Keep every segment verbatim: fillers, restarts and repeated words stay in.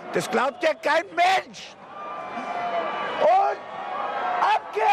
Das glaubt ja kein Mensch. Und ab geht's!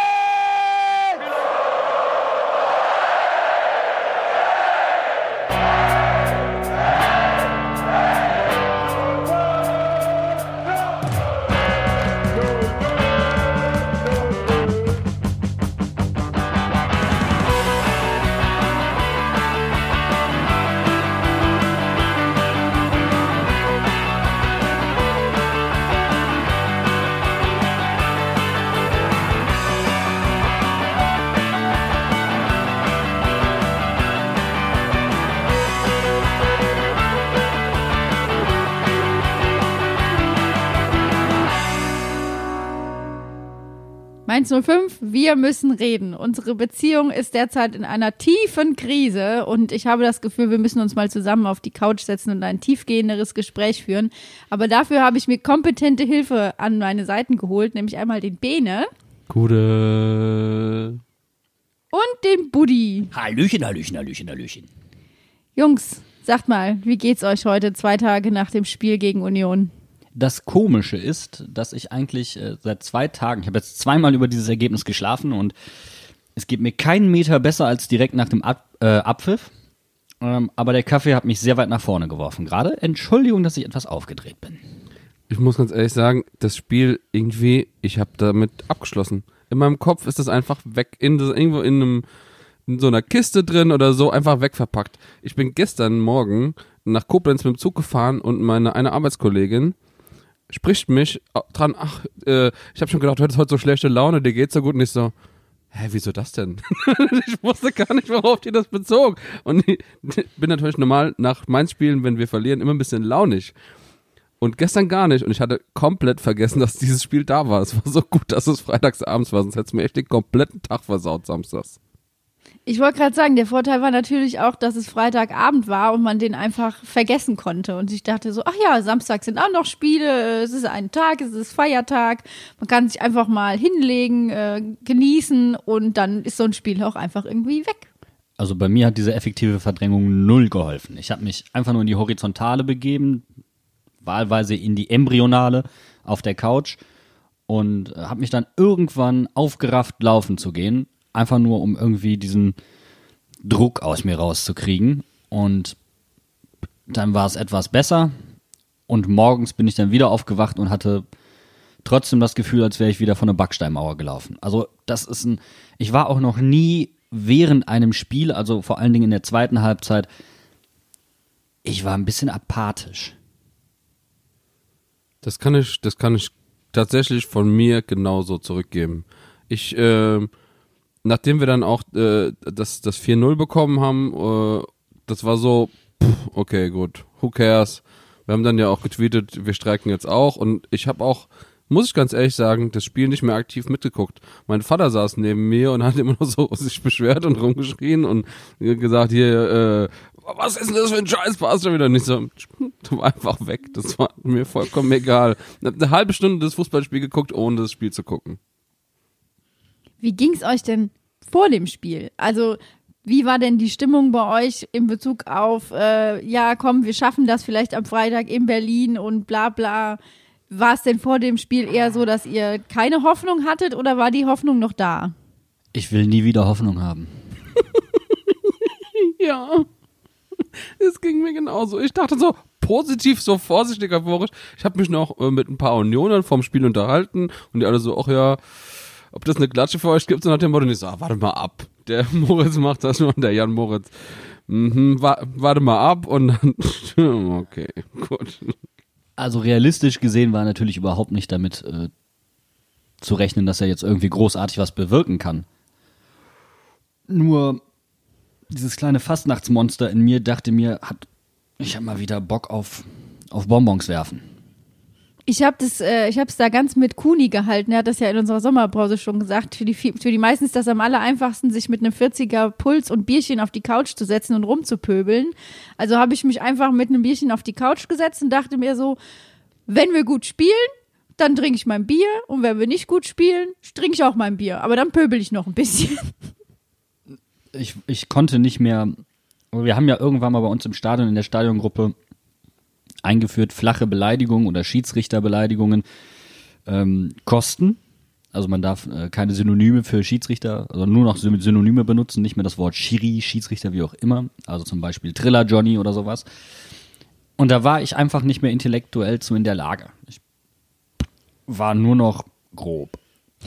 Mainz null fünf, wir müssen reden. Unsere Beziehung ist derzeit in einer tiefen Krise und ich habe das Gefühl, wir müssen uns mal zusammen auf die Couch setzen und ein tiefgehenderes Gespräch führen. Aber dafür habe ich mir kompetente Hilfe an meine Seiten geholt, nämlich einmal den Bene. Gute. Und den Buddy. Hallöchen, Hallöchen, Hallöchen, Hallöchen. Jungs, sagt mal, wie geht's euch heute, zwei Tage nach dem Spiel gegen Union? Das Komische ist, dass ich eigentlich äh, seit zwei Tagen, ich habe jetzt zweimal über dieses Ergebnis geschlafen und es geht mir keinen Meter besser als direkt nach dem Ab, äh, Abpfiff. Ähm, aber der Kaffee hat mich sehr weit nach vorne geworfen gerade. Entschuldigung, dass ich etwas aufgedreht bin. Ich muss ganz ehrlich sagen, das Spiel irgendwie, ich habe damit abgeschlossen. In meinem Kopf ist das einfach weg, in das, irgendwo in, einem, in so einer Kiste drin oder so, einfach wegverpackt. Ich bin gestern Morgen nach Koblenz mit dem Zug gefahren und meine eine Arbeitskollegin spricht mich dran, ach, äh, ich habe schon gedacht, heute ist heute so schlechte Laune, dir geht's so gut. Und ich so, hä, wieso das denn? Ich wusste gar nicht, worauf die das bezog. Und ich bin natürlich normal nach Mainz Spielen, wenn wir verlieren, immer ein bisschen launig. Und gestern gar nicht. Und ich hatte komplett vergessen, dass dieses Spiel da war. Es war so gut, dass es freitags abends war, sonst hätte es mir echt den kompletten Tag versaut samstags. Ich wollte gerade sagen, der Vorteil war natürlich auch, dass es Freitagabend war und man den einfach vergessen konnte. Und ich dachte so, ach ja, Samstag sind auch noch Spiele, es ist ein Tag, es ist Feiertag. Man kann sich einfach mal hinlegen, äh, genießen und dann ist so ein Spiel auch einfach irgendwie weg. Also bei mir hat diese effektive Verdrängung null geholfen. Ich habe mich einfach nur in die Horizontale begeben, wahlweise in die Embryonale auf der Couch und habe mich dann irgendwann aufgerafft, laufen zu gehen. Einfach nur, um irgendwie diesen Druck aus mir rauszukriegen. Und dann war es etwas besser. Und morgens bin ich dann wieder aufgewacht und hatte trotzdem das Gefühl, als wäre ich wieder von einer Backsteinmauer gelaufen. Also das ist ein, ich war auch noch nie während einem Spiel, also vor allen Dingen in der zweiten Halbzeit, ich war ein bisschen apathisch. Das kann ich, das kann ich tatsächlich von mir genauso zurückgeben. Ich, äh, Nachdem wir dann auch äh, das, das vier null bekommen haben, äh, das war so, pff, okay, gut, who cares? Wir haben dann ja auch getweetet, wir streiken jetzt auch und ich habe auch, muss ich ganz ehrlich sagen, das Spiel nicht mehr aktiv mitgeguckt. Mein Vater saß neben mir und hat immer noch so sich beschwert und rumgeschrien und gesagt, hier, äh, was ist denn das für ein Scheiß, passt schon wieder nicht so. Du war einfach weg, das war mir vollkommen egal. Ich habe eine halbe Stunde das Fußballspiel geguckt, ohne das Spiel zu gucken. Wie ging's euch denn vor dem Spiel? Also wie war denn die Stimmung bei euch in Bezug auf, äh, ja komm, wir schaffen das vielleicht am Freitag in Berlin und bla bla. War es denn vor dem Spiel eher so, dass ihr keine Hoffnung hattet oder war die Hoffnung noch da? Ich will nie wieder Hoffnung haben. Ja, das ging mir genauso. Ich dachte so positiv, so vorsichtig euphorisch. Ich habe mich noch äh, mit ein paar Unionern vorm Spiel unterhalten und die alle so, ach ja, ob das eine Klatsche für euch gibt, so nach dem Motto, und ich so, ah, warte mal ab. Der Moritz macht das schon, der Jan Moritz. Mhm, wa- warte mal ab und dann, okay, gut. Also realistisch gesehen war natürlich überhaupt nicht damit äh, zu rechnen, dass er jetzt irgendwie großartig was bewirken kann. Nur dieses kleine Fastnachtsmonster in mir dachte mir, hat, ich habe mal wieder Bock auf, auf Bonbons werfen. Ich habe das, äh, ich habe es da ganz mit Kuni gehalten. Er hat das ja in unserer Sommerpause schon gesagt. Für die, für die meisten ist das am aller einfachsten, sich mit einem vierziger Puls und Bierchen auf die Couch zu setzen und rumzupöbeln. Also habe ich mich einfach mit einem Bierchen auf die Couch gesetzt und dachte mir so, wenn wir gut spielen, dann trinke ich mein Bier und wenn wir nicht gut spielen, trinke ich auch mein Bier. Aber dann pöbel ich noch ein bisschen. Ich, ich konnte nicht mehr, wir haben ja irgendwann mal bei uns im Stadion, in der Stadiongruppe, eingeführt, flache Beleidigungen oder Schiedsrichterbeleidigungen ähm, kosten. Also man darf äh, keine Synonyme für Schiedsrichter, also nur noch Synonyme benutzen, nicht mehr das Wort Schiri, Schiedsrichter, wie auch immer. Also zum Beispiel Triller Johnny oder sowas. Und da war ich einfach nicht mehr intellektuell zu in der Lage. Ich war nur noch grob.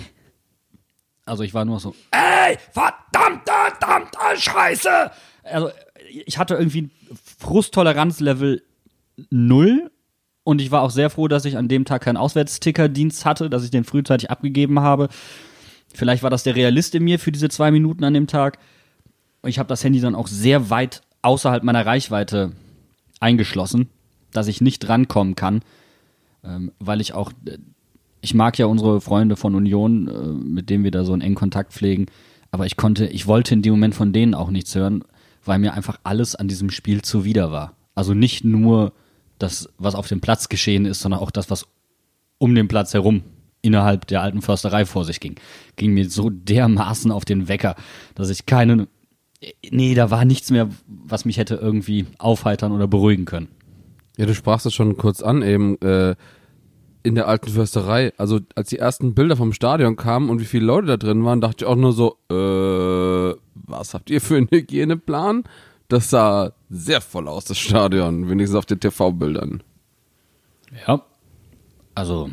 Also ich war nur so, ey, verdammte, verdammte Scheiße! Also ich hatte irgendwie Frusttoleranzlevel null und ich war auch sehr froh, dass ich an dem Tag keinen Auswärtsstickerdienst hatte, dass ich den frühzeitig abgegeben habe. Vielleicht war das der Realist in mir für diese zwei Minuten an dem Tag. Ich habe das Handy dann auch sehr weit außerhalb meiner Reichweite eingeschlossen, dass ich nicht rankommen kann, ähm, weil ich auch, ich mag ja unsere Freunde von Union, äh, mit denen wir da so einen engen Kontakt pflegen, aber ich konnte, ich wollte in dem Moment von denen auch nichts hören, weil mir einfach alles an diesem Spiel zuwider war. Also nicht nur das, was auf dem Platz geschehen ist, sondern auch das, was um den Platz herum innerhalb der alten Försterei vor sich ging. Ging mir so dermaßen auf den Wecker, dass ich keine, nee, da war nichts mehr, was mich hätte irgendwie aufheitern oder beruhigen können. Ja, du sprachst es schon kurz an, eben äh, in der alten Försterei. Also als die ersten Bilder vom Stadion kamen und wie viele Leute da drin waren, dachte ich auch nur so, äh, was habt ihr für einen Hygieneplan? Das sah sehr voll aus, das Stadion, wenigstens auf den T V-Bildern. Ja, also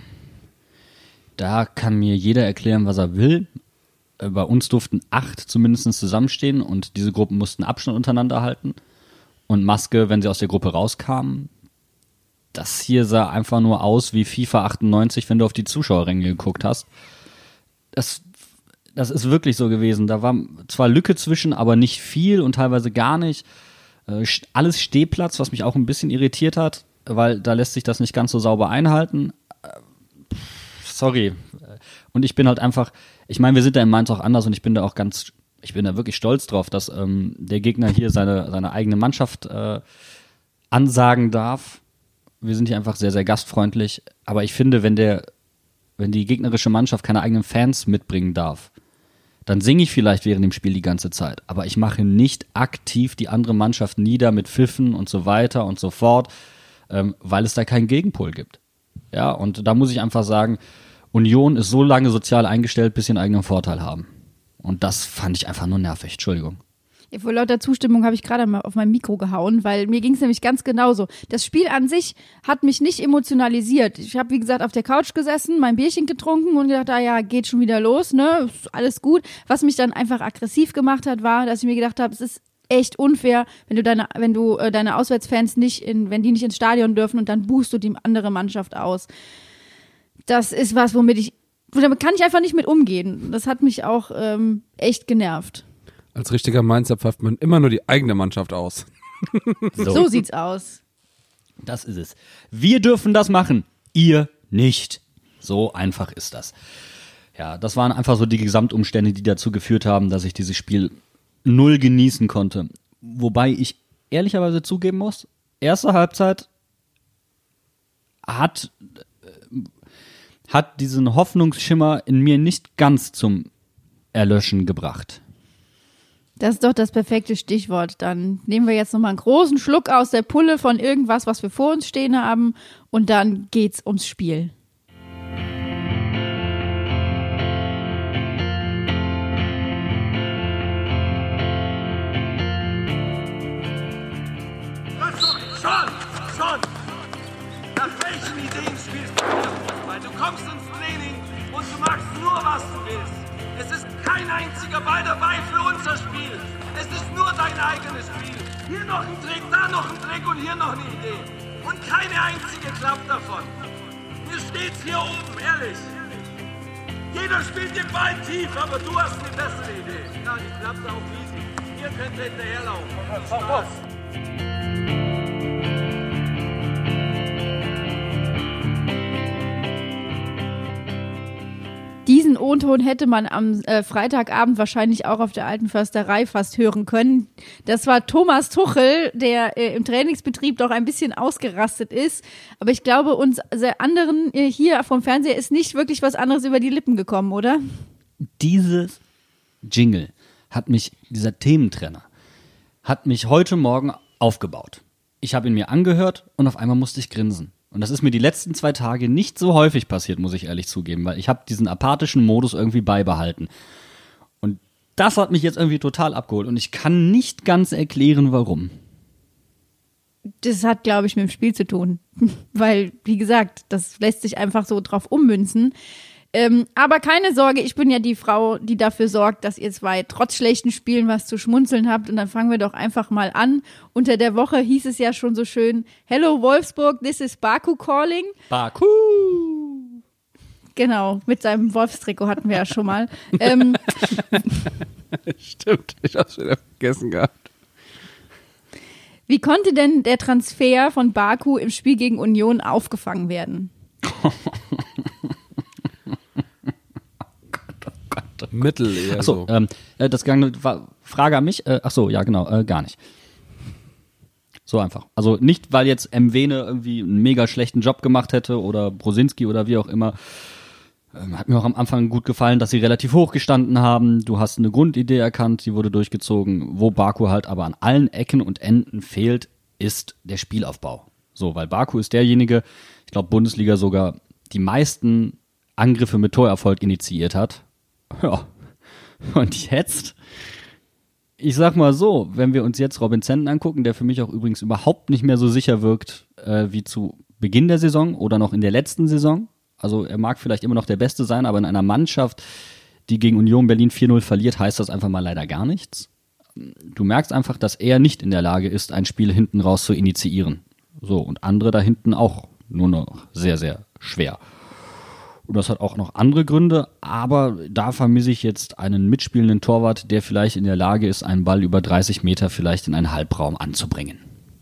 da kann mir jeder erklären, was er will. Bei uns durften acht zumindest zusammenstehen und diese Gruppen mussten Abstand untereinander halten und Maske, wenn sie aus der Gruppe rauskamen. Das hier sah einfach nur aus wie FIFA achtundneunzig, wenn du auf die Zuschauerränge geguckt hast. Das, das ist wirklich so gewesen. Da war zwar Lücke zwischen, aber nicht viel und teilweise gar nicht. Äh, alles Stehplatz, was mich auch ein bisschen irritiert hat, weil da lässt sich das nicht ganz so sauber einhalten. Äh, sorry. Und ich bin halt einfach, ich meine, wir sind da in Mainz auch anders und ich bin da auch ganz, ich bin da wirklich stolz drauf, dass ähm, der Gegner hier seine, seine eigene Mannschaft äh, ansagen darf. Wir sind hier einfach sehr, sehr gastfreundlich. Aber ich finde, wenn der, wenn die gegnerische Mannschaft keine eigenen Fans mitbringen darf, dann singe ich vielleicht während dem Spiel die ganze Zeit. Aber ich mache nicht aktiv die andere Mannschaft nieder mit Pfiffen und so weiter und so fort, ähm, weil es da keinen Gegenpol gibt. Ja, und da muss ich einfach sagen, Union ist so lange sozial eingestellt, bis sie einen eigenen Vorteil haben. Und das fand ich einfach nur nervig. Entschuldigung. Ja, vor lauter Zustimmung habe ich gerade mal auf mein Mikro gehauen, weil mir ging es nämlich ganz genauso. Das Spiel an sich hat mich nicht emotionalisiert. Ich habe, wie gesagt, auf der Couch gesessen, mein Bierchen getrunken und gedacht, ah ja, geht schon wieder los, ne, ist alles gut. Was mich dann einfach aggressiv gemacht hat, war, dass ich mir gedacht habe, es ist echt unfair, wenn du deine, wenn du äh, deine Auswärtsfans nicht, in, wenn die nicht ins Stadion dürfen und dann buchst du die andere Mannschaft aus. Das ist was, womit ich, damit kann ich einfach nicht mit umgehen. Das hat mich auch ähm, echt genervt. Als richtiger Mainzer pfeift man immer nur die eigene Mannschaft aus. So. So sieht's aus. Das ist es. Wir dürfen das machen, ihr nicht. So einfach ist das. Ja, das waren einfach so die Gesamtumstände, die dazu geführt haben, dass ich dieses Spiel null genießen konnte. Wobei ich ehrlicherweise zugeben muss, erste Halbzeit hat, hat diesen Hoffnungsschimmer in mir nicht ganz zum Erlöschen gebracht. Das ist doch das perfekte Stichwort. Dann nehmen wir jetzt nochmal einen großen Schluck aus der Pulle von irgendwas, was wir vor uns stehen haben und dann geht's ums Spiel. Schon, schon. Nach welchen Ideen spielst du hier? Weil du kommst ins Training und du machst nur, was du willst. Es ist kein einziger Ball dabei für unser Spiel. Es ist nur dein eigenes Spiel. Hier noch ein Trick, da noch ein Trick und hier noch eine Idee. Und keine einzige klappt davon. Mir steht's hier oben, ehrlich. Jeder spielt den Ball tief, aber du hast eine bessere Idee. Ja, die klappt auch easy. Ihr könnt hinterherlaufen. Spaß. Diesen O-Ton hätte man am äh, Freitagabend wahrscheinlich auch auf der alten Försterei fast hören können. Das war Thomas Tuchel, der äh, im Trainingsbetrieb doch ein bisschen ausgerastet ist. Aber ich glaube, uns also anderen äh, hier vom Fernseher ist nicht wirklich was anderes über die Lippen gekommen, oder? Dieses Jingle hat mich, dieser Thementrenner, hat mich heute Morgen aufgebaut. ich habe ihn mir angehört und auf einmal musste ich grinsen. Und das ist mir die letzten zwei Tage nicht so häufig passiert, muss ich ehrlich zugeben, weil ich habe diesen apathischen Modus irgendwie beibehalten. Und das hat mich jetzt irgendwie total abgeholt und ich kann nicht ganz erklären, warum. Das hat, glaube ich, mit dem Spiel zu tun. Weil, wie gesagt, das lässt sich einfach so drauf ummünzen. Ähm, aber keine Sorge, ich bin ja die Frau, die dafür sorgt, dass ihr zwei trotz schlechten Spielen was zu schmunzeln habt. Und dann fangen wir doch einfach mal an. Unter der Woche hieß es ja schon so schön, Hello Wolfsburg, this is Baku calling. Baku! Genau, mit seinem Wolfstrikot hatten wir ja schon mal. ähm, Stimmt, ich hab's wieder vergessen gehabt. Wie konnte denn der Transfer von Baku im Spiel gegen Union aufgefangen werden? Mittel eher Achso, so. ähm, das gang, war Frage an mich. Äh, Achso, ja genau, äh, gar nicht. So einfach. Also nicht, weil jetzt Mwene irgendwie einen mega schlechten Job gemacht hätte oder Brosinski oder wie auch immer. Ähm, hat mir auch am Anfang gut gefallen, dass sie relativ hoch gestanden haben. Du hast eine Grundidee erkannt, die wurde durchgezogen. Wo Baku halt aber an allen Ecken und Enden fehlt, ist der Spielaufbau. So, weil Baku ist derjenige, ich glaube Bundesliga sogar, die meisten Angriffe mit Torerfolg initiiert hat. Ja, und jetzt, ich sag mal so, wenn wir uns jetzt Robin Zentner angucken, der für mich auch übrigens überhaupt nicht mehr so sicher wirkt äh, wie zu Beginn der Saison oder noch in der letzten Saison. Also er mag vielleicht immer noch der Beste sein, aber in einer Mannschaft, die gegen Union Berlin vier null verliert, heißt das einfach mal leider gar nichts. Du merkst einfach, dass er nicht in der Lage ist, ein Spiel hinten raus zu initiieren. So, und andere da hinten auch nur noch sehr, sehr schwer. Und das hat auch noch andere Gründe, aber da vermisse ich jetzt einen mitspielenden Torwart, der vielleicht in der Lage ist, einen Ball über dreißig Meter vielleicht in einen Halbraum anzubringen.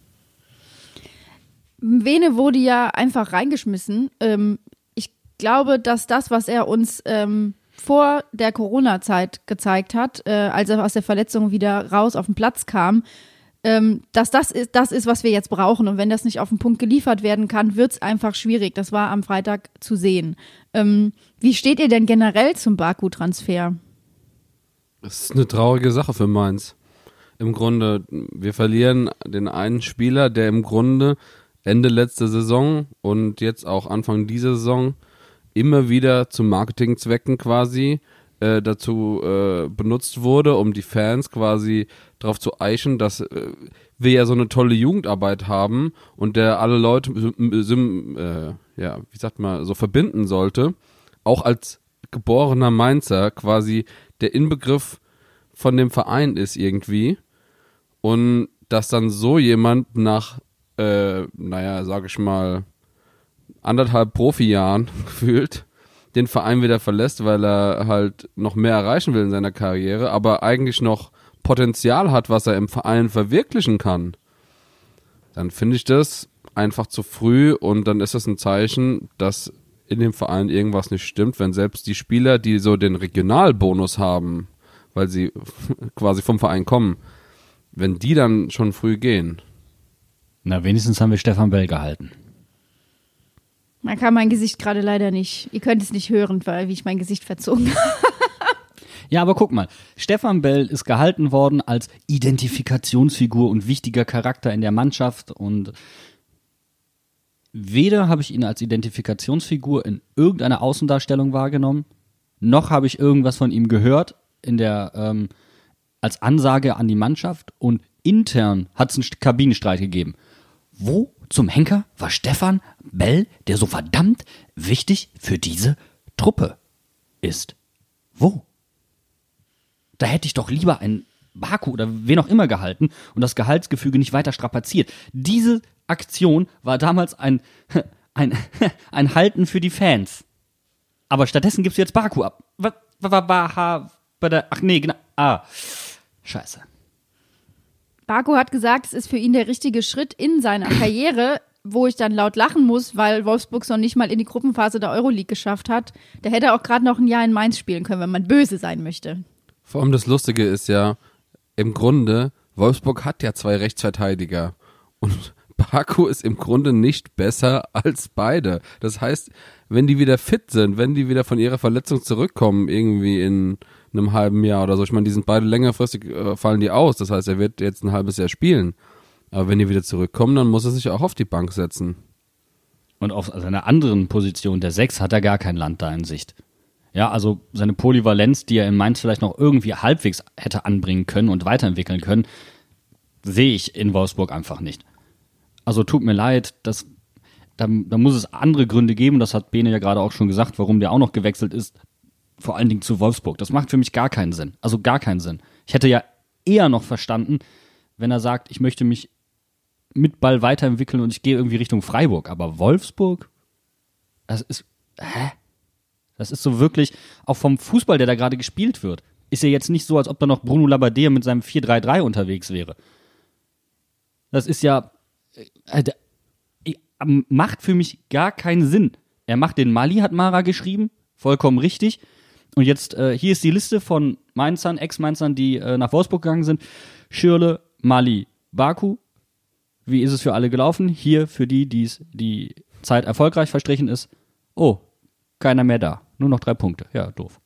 Mwene wurde ja einfach reingeschmissen. Ähm, ich glaube, dass das, was er uns ähm, vor der Corona-Zeit gezeigt hat, äh, als er aus der Verletzung wieder raus auf den Platz kam, ähm, dass das ist, das ist, was wir jetzt brauchen. Und wenn das nicht auf den Punkt geliefert werden kann, wird es einfach schwierig. Das war am Freitag zu sehen. Ähm, wie steht ihr denn generell zum Baku-Transfer? Das ist eine traurige Sache für Mainz. Im Grunde, wir verlieren den einen Spieler, der im Grunde Ende letzter Saison und jetzt auch Anfang dieser Saison immer wieder zu Marketingzwecken quasi äh, dazu äh, benutzt wurde, um die Fans quasi darauf zu eichen, dass äh, wir ja so eine tolle Jugendarbeit haben und der alle Leute sim, äh, ja, wie sagt man, so verbinden sollte, auch als geborener Mainzer quasi der Inbegriff von dem Verein ist irgendwie und dass dann so jemand nach, äh, naja, sag ich mal, anderthalb Profijahren gefühlt den Verein wieder verlässt, weil er halt noch mehr erreichen will in seiner Karriere, aber eigentlich noch Potenzial hat, was er im Verein verwirklichen kann, dann finde ich das einfach zu früh und dann ist das ein Zeichen, dass in dem Verein irgendwas nicht stimmt, wenn selbst die Spieler, die so den Regionalbonus haben, weil sie quasi vom Verein kommen, wenn die dann schon früh gehen. Na, wenigstens haben wir Stefan Bell gehalten. Man kann mein Gesicht gerade leider nicht, ihr könnt es nicht hören, weil wie ich mein Gesicht verzogen habe. Ja, aber guck mal, Stefan Bell ist gehalten worden als Identifikationsfigur und wichtiger Charakter in der Mannschaft und weder habe ich ihn als Identifikationsfigur in irgendeiner Außendarstellung wahrgenommen, noch habe ich irgendwas von ihm gehört in der ähm, als Ansage an die Mannschaft und intern hat es einen Kabinenstreit gegeben. Wo zum Henker war Stefan Bell, der so verdammt wichtig für diese Truppe ist? Wo? Da hätte ich doch lieber einen Baku oder wen auch immer gehalten und das Gehaltsgefüge nicht weiter strapaziert. Diese Aktion war damals ein, ein, ein Halten für die Fans. Aber stattdessen gibst du jetzt Baku ab. Ach nee, genau. Ah, scheiße. Baku hat gesagt, es ist für ihn der richtige Schritt in seiner Karriere, wo ich dann laut lachen muss, weil Wolfsburg noch nicht mal in die Gruppenphase der Euroleague geschafft hat. Da hätte er auch gerade noch ein Jahr in Mainz spielen können, wenn man böse sein möchte. Vor allem das Lustige ist ja, im Grunde, Wolfsburg hat ja zwei Rechtsverteidiger und Baku ist im Grunde nicht besser als beide. Das heißt, wenn die wieder fit sind, wenn die wieder von ihrer Verletzung zurückkommen, irgendwie in einem halben Jahr oder so, ich meine, die sind beide längerfristig, äh, fallen die aus, das heißt, er wird jetzt ein halbes Jahr spielen. Aber wenn die wieder zurückkommen, dann muss er sich auch auf die Bank setzen. Und auf seiner anderen Position, der sechs, hat er gar kein Land da in Sicht. Ja, also seine Polyvalenz, die er in Mainz vielleicht noch irgendwie halbwegs hätte anbringen können und weiterentwickeln können, sehe ich in Wolfsburg einfach nicht. Also tut mir leid, das, da, da muss es andere Gründe geben, das hat Bene ja gerade auch schon gesagt, warum der auch noch gewechselt ist, vor allen Dingen zu Wolfsburg. Das macht für mich gar keinen Sinn, also gar keinen Sinn. Ich hätte ja eher noch verstanden, wenn er sagt, ich möchte mich mit Ball weiterentwickeln und ich gehe irgendwie Richtung Freiburg. Aber Wolfsburg, das ist, hä? Das ist so wirklich, auch vom Fußball, der da gerade gespielt wird, ist ja jetzt nicht so, als ob da noch Bruno Labbadia mit seinem vier drei drei unterwegs wäre. Das ist ja, äh, äh, macht für mich gar keinen Sinn. Er macht den Mali, hat Mara geschrieben, vollkommen richtig. Und jetzt, äh, hier ist die Liste von Mainzern, Ex-Mainzern, die äh, nach Wolfsburg gegangen sind. Schürrle, Mali, Baku. Wie ist es für alle gelaufen? Hier für die, die's, die Zeit erfolgreich verstrichen ist. Oh, keiner mehr da. Nur noch drei Punkte. Ja, doof.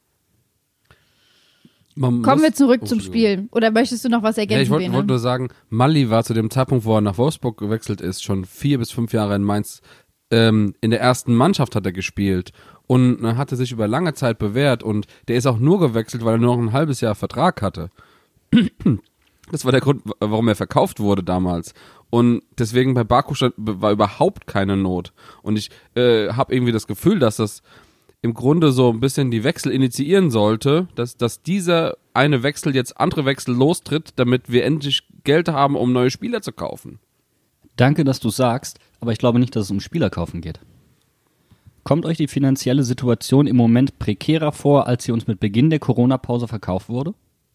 Man Kommen wir zurück oh, zum Spiel. Oder möchtest du noch was ergänzen, ja, ich wollte Bene? wollt nur sagen, Mali war zu dem Zeitpunkt, wo er nach Wolfsburg gewechselt ist, schon vier bis fünf Jahre in Mainz. Ähm, in der ersten Mannschaft hat er gespielt und äh, hatte sich über lange Zeit bewährt und der ist auch nur gewechselt, weil er nur noch ein halbes Jahr Vertrag hatte. Das war der Grund, warum er verkauft wurde damals. Und deswegen bei Baku stand, war überhaupt keine Not. Und ich äh, habe irgendwie das Gefühl, dass das im Grunde so ein bisschen die Wechsel initiieren sollte, dass, dass dieser eine Wechsel jetzt andere Wechsel lostritt, damit wir endlich Geld haben, um neue Spieler zu kaufen. Danke, dass du sagst, aber ich glaube nicht, dass es um Spielerkaufen geht. Kommt euch die finanzielle Situation im Moment prekärer vor, als sie uns mit Beginn der Corona-Pause verkauft wurde?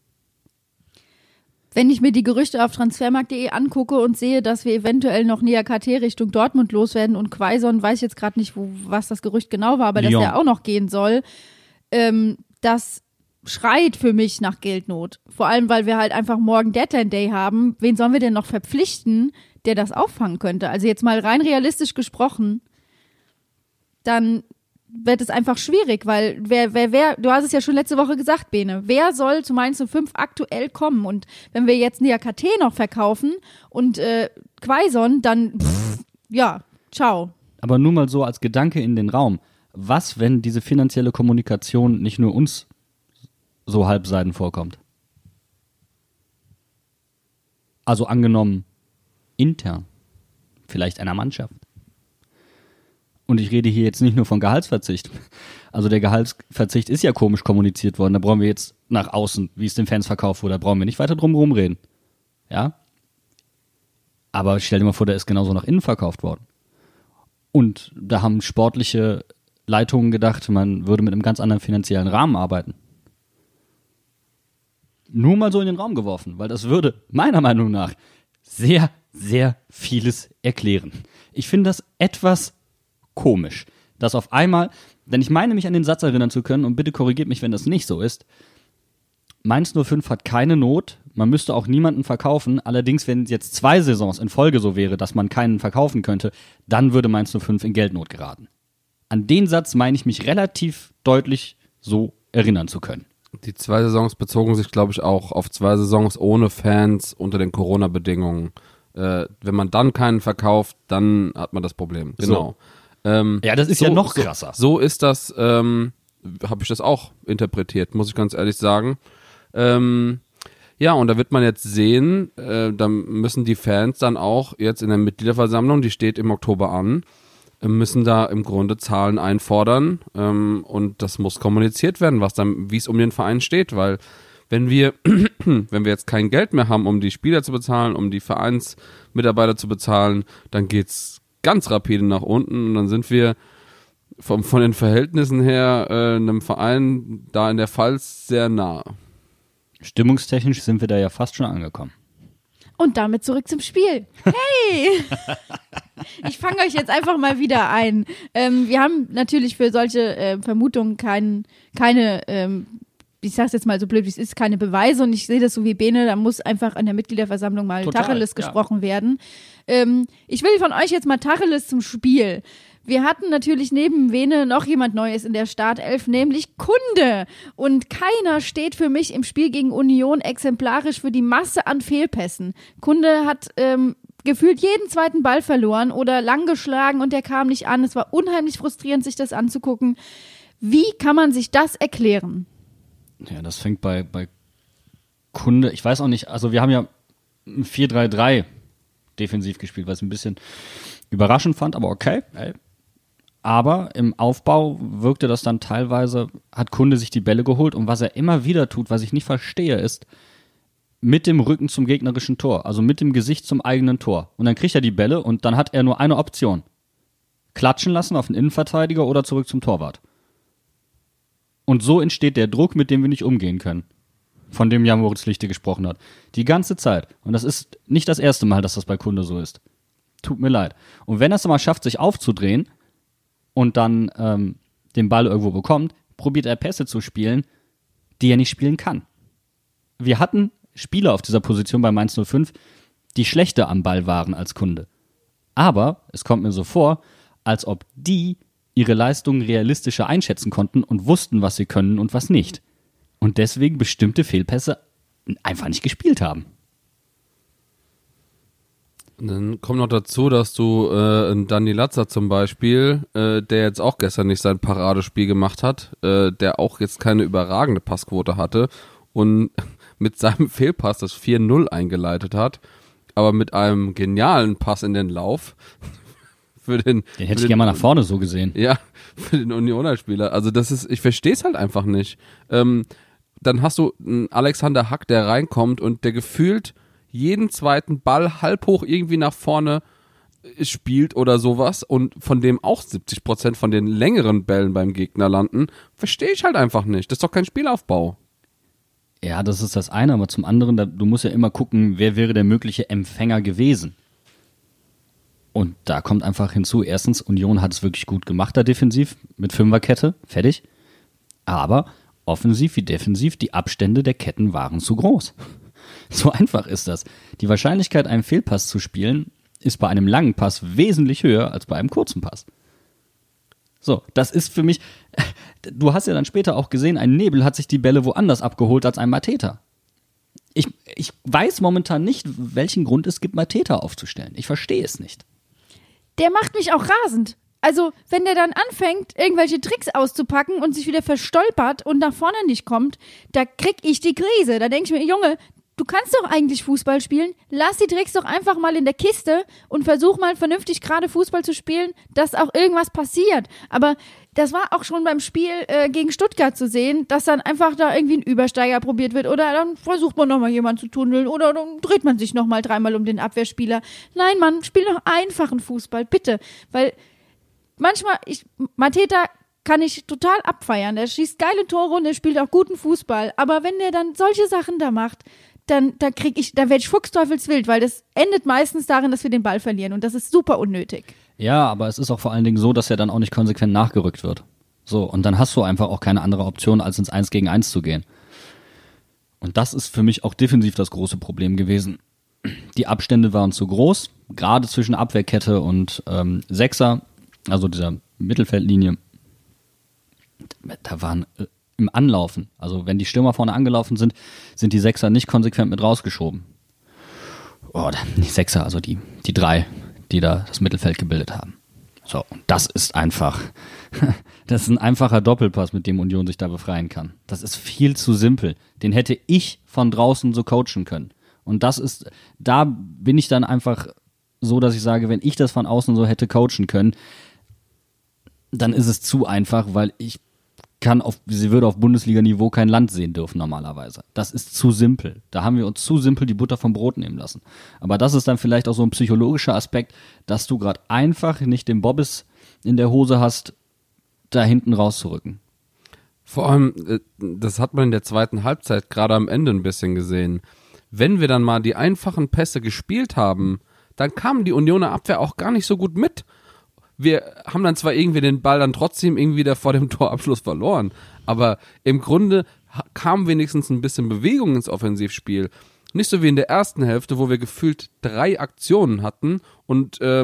Wenn ich mir die Gerüchte auf transfermarkt punkt de angucke und sehe, dass wir eventuell noch Nia K T Richtung Dortmund loswerden und Quaison, weiß ich jetzt gerade nicht, wo, was das Gerücht genau war, aber Lyon. Dass der auch noch gehen soll, ähm, das schreit für mich nach Geldnot. Vor allem, weil wir halt einfach morgen Deadline Day haben. Wen sollen wir denn noch verpflichten, der das auffangen könnte? Also jetzt mal rein realistisch gesprochen, dann wird es einfach schwierig, weil wer, wer, wer, du hast es ja schon letzte Woche gesagt, Bene, wer soll zu Mainz null fünf aktuell kommen? Und wenn wir jetzt Nia K T noch verkaufen und äh, Quaison, dann pff, ja, ciao. Aber nur mal so als Gedanke in den Raum. Was, wenn diese finanzielle Kommunikation nicht nur uns so halbseiden vorkommt? Also angenommen, intern, vielleicht einer Mannschaft. Und ich rede hier jetzt nicht nur von Gehaltsverzicht. Also der Gehaltsverzicht ist ja komisch kommuniziert worden. Da brauchen wir jetzt nach außen, wie es den Fans verkauft wurde, da brauchen wir nicht weiter drum rumreden. Ja? Aber stell dir mal vor, der ist genauso nach innen verkauft worden. Und da haben sportliche Leitungen gedacht, man würde mit einem ganz anderen finanziellen Rahmen arbeiten. Nur mal so in den Raum geworfen, weil das würde meiner Meinung nach sehr, sehr vieles erklären. Ich finde das etwas komisch, dass auf einmal, denn ich meine mich an den Satz erinnern zu können, und bitte korrigiert mich, wenn das nicht so ist, Mainz null fünf hat keine Not, man müsste auch niemanden verkaufen, allerdings wenn es jetzt zwei Saisons in Folge so wäre, dass man keinen verkaufen könnte, dann würde Mainz null fünf in Geldnot geraten. An den Satz meine ich mich relativ deutlich so erinnern zu können. Die zwei Saisons bezogen sich, glaube ich, auch auf zwei Saisons ohne Fans unter den Corona-Bedingungen. Äh, wenn man dann keinen verkauft, dann hat man das Problem. Genau. So. Ähm, ja, das ist so, ja noch krasser. So, so ist das, ähm, habe ich das auch interpretiert, muss ich ganz ehrlich sagen. Ähm, ja, und da wird man jetzt sehen, äh, da müssen die Fans dann auch jetzt in der Mitgliederversammlung, die steht im Oktober an, äh, müssen da im Grunde Zahlen einfordern ähm, und das muss kommuniziert werden, was dann, wie es um den Verein steht, weil wenn wir, wenn wir jetzt kein Geld mehr haben, um die Spieler zu bezahlen, um die Vereinsmitarbeiter zu bezahlen, dann geht's ganz rapide nach unten und dann sind wir vom, von den Verhältnissen her äh, einem Verein da in der Pfalz sehr nah. Stimmungstechnisch sind wir da ja fast schon angekommen. Und damit zurück zum Spiel. Hey! Ich fange euch jetzt einfach mal wieder ein. Ähm, wir haben natürlich für solche äh, Vermutungen kein, keine, ähm, ich sag's jetzt mal so blöd, wie es ist, keine Beweise. Und ich sehe das so wie Bene, da muss einfach an der Mitgliederversammlung mal Total, Tacheles ja. gesprochen werden. Ähm, ich will von euch jetzt mal Tacheles zum Spiel. Wir hatten natürlich neben Vene noch jemand Neues in der Startelf, nämlich Kunde. Und keiner steht für mich im Spiel gegen Union exemplarisch für die Masse an Fehlpässen. Kunde hat ähm, gefühlt jeden zweiten Ball verloren oder lang geschlagen und der kam nicht an. Es war unheimlich frustrierend, sich das anzugucken. Wie kann man sich das erklären? Ja, das fängt bei, bei Kunde, ich weiß auch nicht, also wir haben ja vier drei drei defensiv gespielt, was ich ein bisschen überraschend fand, aber okay. Ey. Aber im Aufbau wirkte das dann teilweise, hat Kunde sich die Bälle geholt und was er immer wieder tut, was ich nicht verstehe, ist mit dem Rücken zum gegnerischen Tor, also mit dem Gesicht zum eigenen Tor. Und dann kriegt er die Bälle und dann hat er nur eine Option. Klatschen lassen auf den Innenverteidiger oder zurück zum Torwart. Und so entsteht der Druck, mit dem wir nicht umgehen können. Von dem Jan Moritz Lichte gesprochen hat. Die ganze Zeit. Und das ist nicht das erste Mal, dass das bei Kunde so ist. Tut mir leid. Und wenn er es mal schafft, sich aufzudrehen und dann ähm, den Ball irgendwo bekommt, probiert er Pässe zu spielen, die er nicht spielen kann. Wir hatten Spieler auf dieser Position bei Mainz null fünf, die schlechter am Ball waren als Kunde. Aber es kommt mir so vor, als ob die ihre Leistungen realistischer einschätzen konnten und wussten, was sie können und was nicht. Und deswegen bestimmte Fehlpässe einfach nicht gespielt haben. Dann kommt noch dazu, dass du äh, einen Dani Latzer zum Beispiel, äh, der jetzt auch gestern nicht sein Paradespiel gemacht hat, äh, der auch jetzt keine überragende Passquote hatte und mit seinem Fehlpass das vier null eingeleitet hat, aber mit einem genialen Pass in den Lauf für den... Den hätte ich gerne mal nach vorne so gesehen. Ja, für den Unioner-Spieler. Also das ist, ich verstehe es halt einfach nicht. Ähm, dann hast du einen Alexander Hack, der reinkommt und der gefühlt jeden zweiten Ball halb hoch irgendwie nach vorne spielt oder sowas und von dem auch siebzig Prozent von den längeren Bällen beim Gegner landen, verstehe ich halt einfach nicht. Das ist doch kein Spielaufbau. Ja, das ist das eine, aber zum anderen, da, du musst ja immer gucken, wer wäre der mögliche Empfänger gewesen. Und da kommt einfach hinzu, erstens, Union hat es wirklich gut gemacht da defensiv, mit Fünferkette, fertig. Aber offensiv wie defensiv, die Abstände der Ketten waren zu groß. So einfach ist das. Die Wahrscheinlichkeit, einen Fehlpass zu spielen, ist bei einem langen Pass wesentlich höher als bei einem kurzen Pass. So, das ist für mich, du hast ja dann später auch gesehen, ein Nebel hat sich die Bälle woanders abgeholt als ein Mateta. Ich, ich weiß momentan nicht, welchen Grund es gibt, Mateta aufzustellen. Ich verstehe es nicht. Der macht mich auch rasend. Also, wenn der dann anfängt, irgendwelche Tricks auszupacken und sich wieder verstolpert und nach vorne nicht kommt, da krieg ich die Krise. Da denke ich mir, Junge, du kannst doch eigentlich Fußball spielen. Lass die Tricks doch einfach mal in der Kiste und versuch mal vernünftig gerade Fußball zu spielen, dass auch irgendwas passiert. Aber das war auch schon beim Spiel äh, gegen Stuttgart zu sehen, dass dann einfach da irgendwie ein Übersteiger probiert wird oder dann versucht man nochmal jemanden zu tunneln oder dann dreht man sich nochmal dreimal um den Abwehrspieler. Nein, Mann, spiel doch einfachen Fußball, bitte. Weil manchmal, ich, Mateta kann ich total abfeiern. Der schießt geile Tore und der spielt auch guten Fußball. Aber wenn der dann solche Sachen da macht, dann da krieg ich, da werde ich fuchsteufelswild, weil das endet meistens darin, dass wir den Ball verlieren und das ist super unnötig. Ja, aber es ist auch vor allen Dingen so, dass er dann auch nicht konsequent nachgerückt wird. So, und dann hast du einfach auch keine andere Option, als ins eins gegen eins zu gehen. Und das ist für mich auch defensiv das große Problem gewesen. Die Abstände waren zu groß, gerade zwischen Abwehrkette und ähm, Sechser, also dieser Mittelfeldlinie. Da waren äh, im Anlaufen, also wenn die Stürmer vorne angelaufen sind, sind die Sechser nicht konsequent mit rausgeschoben. Oh, die Sechser, also die, die drei, die da das Mittelfeld gebildet haben. So, und das ist einfach, das ist ein einfacher Doppelpass, mit dem Union sich da befreien kann. Das ist viel zu simpel. Den hätte ich von draußen so coachen können. Und das ist, da bin ich dann einfach so, dass ich sage, wenn ich das von außen so hätte coachen können, dann ist es zu einfach, weil ich kann auf, sie würde auf Bundesliga-Niveau kein Land sehen dürfen normalerweise. Das ist zu simpel. Da haben wir uns zu simpel die Butter vom Brot nehmen lassen. Aber das ist dann vielleicht auch so ein psychologischer Aspekt, dass du gerade einfach nicht den Bobbes in der Hose hast, da hinten rauszurücken. Vor allem, das hat man in der zweiten Halbzeit gerade am Ende ein bisschen gesehen. Wenn wir dann mal die einfachen Pässe gespielt haben, dann kam die Unioner Abwehr auch gar nicht so gut mit. Wir haben dann zwar irgendwie den Ball dann trotzdem irgendwie da vor dem Torabschluss verloren, aber im Grunde kam wenigstens ein bisschen Bewegung ins Offensivspiel. Nicht so wie in der ersten Hälfte, wo wir gefühlt drei Aktionen hatten und ähm,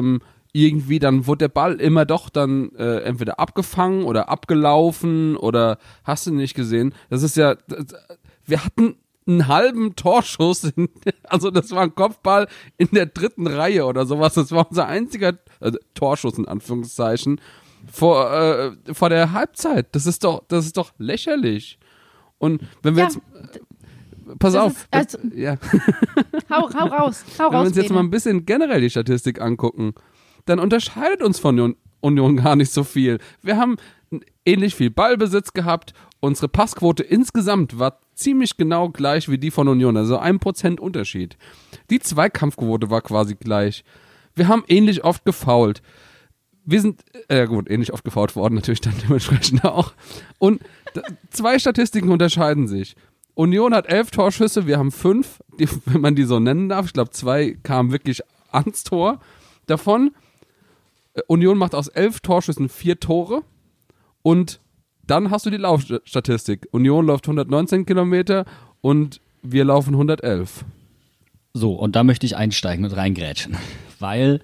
irgendwie, dann wurde der Ball immer doch dann äh, entweder abgefangen oder abgelaufen oder hast du nicht gesehen. Das ist ja, das, wir hatten einen halben Torschuss, in, also das war ein Kopfball in der dritten Reihe oder sowas. Das war unser einziger äh, Torschuss in Anführungszeichen vor, äh, vor der Halbzeit. Das ist doch, das ist doch lächerlich. Und wenn wir Ja, jetzt, äh, pass das auf, ist- also- das, ja. Hau, hau raus, hau Wenn wir raus, uns jetzt Bene. mal ein bisschen generell die Statistik angucken, dann unterscheidet uns von Union, Union gar nicht so viel. Wir haben ähnlich viel Ballbesitz gehabt. Unsere Passquote insgesamt war ziemlich genau gleich wie die von Union, also ein Prozent Unterschied. Die Zweikampfquote war quasi gleich. Wir haben ähnlich oft gefoult. Wir sind, äh gut, ähnlich oft gefoult worden, natürlich dann dementsprechend auch. Und d- zwei Statistiken unterscheiden sich. Union hat elf Torschüsse, wir haben fünf, die, wenn man die so nennen darf. Ich glaube, zwei kamen wirklich ans Tor. Davon, äh, Union macht aus elf Torschüssen vier Tore. Und dann hast du die Laufstatistik. Union läuft hundertneunzehn Kilometer und wir laufen hundertelf. So, und da möchte ich einsteigen und reingrätschen, weil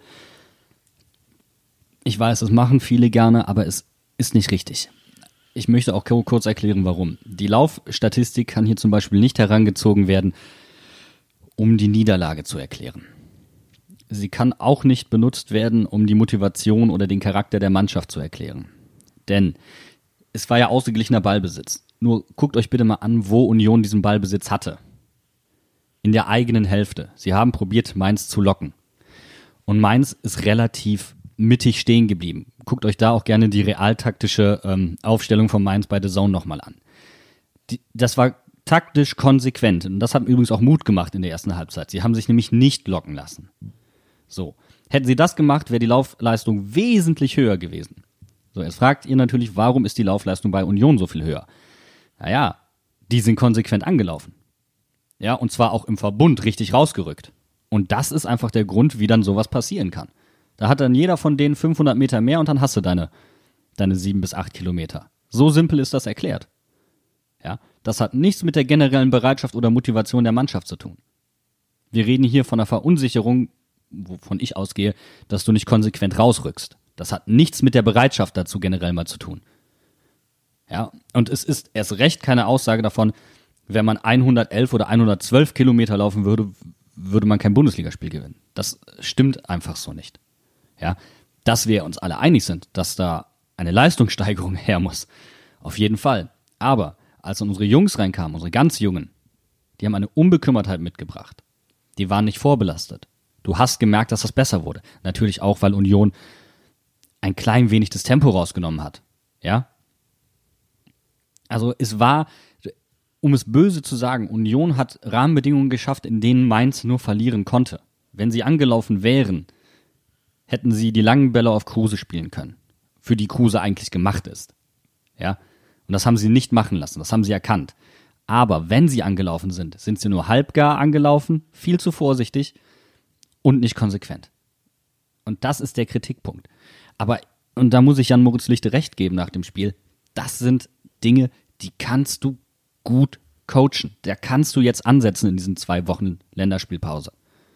ich weiß, das machen viele gerne, aber es ist nicht richtig. Ich möchte auch kurz erklären, warum. Die Laufstatistik kann hier zum Beispiel nicht herangezogen werden, um die Niederlage zu erklären. Sie kann auch nicht benutzt werden, um die Motivation oder den Charakter der Mannschaft zu erklären. Denn es war ja ausgeglichener Ballbesitz. Nur guckt euch bitte mal an, wo Union diesen Ballbesitz hatte. In der eigenen Hälfte. Sie haben probiert, Mainz zu locken. Und Mainz ist relativ mittig stehen geblieben. Guckt euch da auch gerne die realtaktische ähm, Aufstellung von Mainz bei The Zone nochmal an. Die, das war taktisch konsequent. Und das hat übrigens auch Mut gemacht in der ersten Halbzeit. Sie haben sich nämlich nicht locken lassen. So. Hätten sie das gemacht, wäre die Laufleistung wesentlich höher gewesen. So, jetzt fragt ihr natürlich, warum ist die Laufleistung bei Union so viel höher? Naja, die sind konsequent angelaufen. Ja, und zwar auch im Verbund richtig rausgerückt. Und das ist einfach der Grund, wie dann sowas passieren kann. Da hat dann jeder von denen fünfhundert Meter mehr und dann hast du deine, deine sieben bis acht Kilometer. So simpel ist das erklärt. Ja, das hat nichts mit der generellen Bereitschaft oder Motivation der Mannschaft zu tun. Wir reden hier von einer Verunsicherung, wovon ich ausgehe, dass du nicht konsequent rausrückst. Das hat nichts mit der Bereitschaft dazu generell mal zu tun. Ja, und es ist erst recht keine Aussage davon, wenn man hundertelf oder hundertzwölf Kilometer laufen würde, würde man kein Bundesligaspiel gewinnen. Das stimmt einfach so nicht. Ja, dass wir uns alle einig sind, dass da eine Leistungssteigerung her muss. Auf jeden Fall. Aber als unsere Jungs reinkamen, unsere ganz Jungen, die haben eine Unbekümmertheit mitgebracht. Die waren nicht vorbelastet. Du hast gemerkt, dass das besser wurde. Natürlich auch, weil Union ein klein wenig das Tempo rausgenommen hat. Ja? Also es war, um es böse zu sagen, Union hat Rahmenbedingungen geschafft, in denen Mainz nur verlieren konnte. Wenn sie angelaufen wären, hätten sie die langen Bälle auf Kruse spielen können, für die Kruse eigentlich gemacht ist. Ja? Und das haben sie nicht machen lassen, das haben sie erkannt. Aber wenn sie angelaufen sind, sind sie nur halbgar angelaufen, viel zu vorsichtig und nicht konsequent. Und das ist der Kritikpunkt. Aber, und da muss ich Jan Moritz Lichte recht geben nach dem Spiel, das sind Dinge, die kannst du gut coachen. Da kannst du jetzt ansetzen in diesen zwei Wochen Länderspielpause.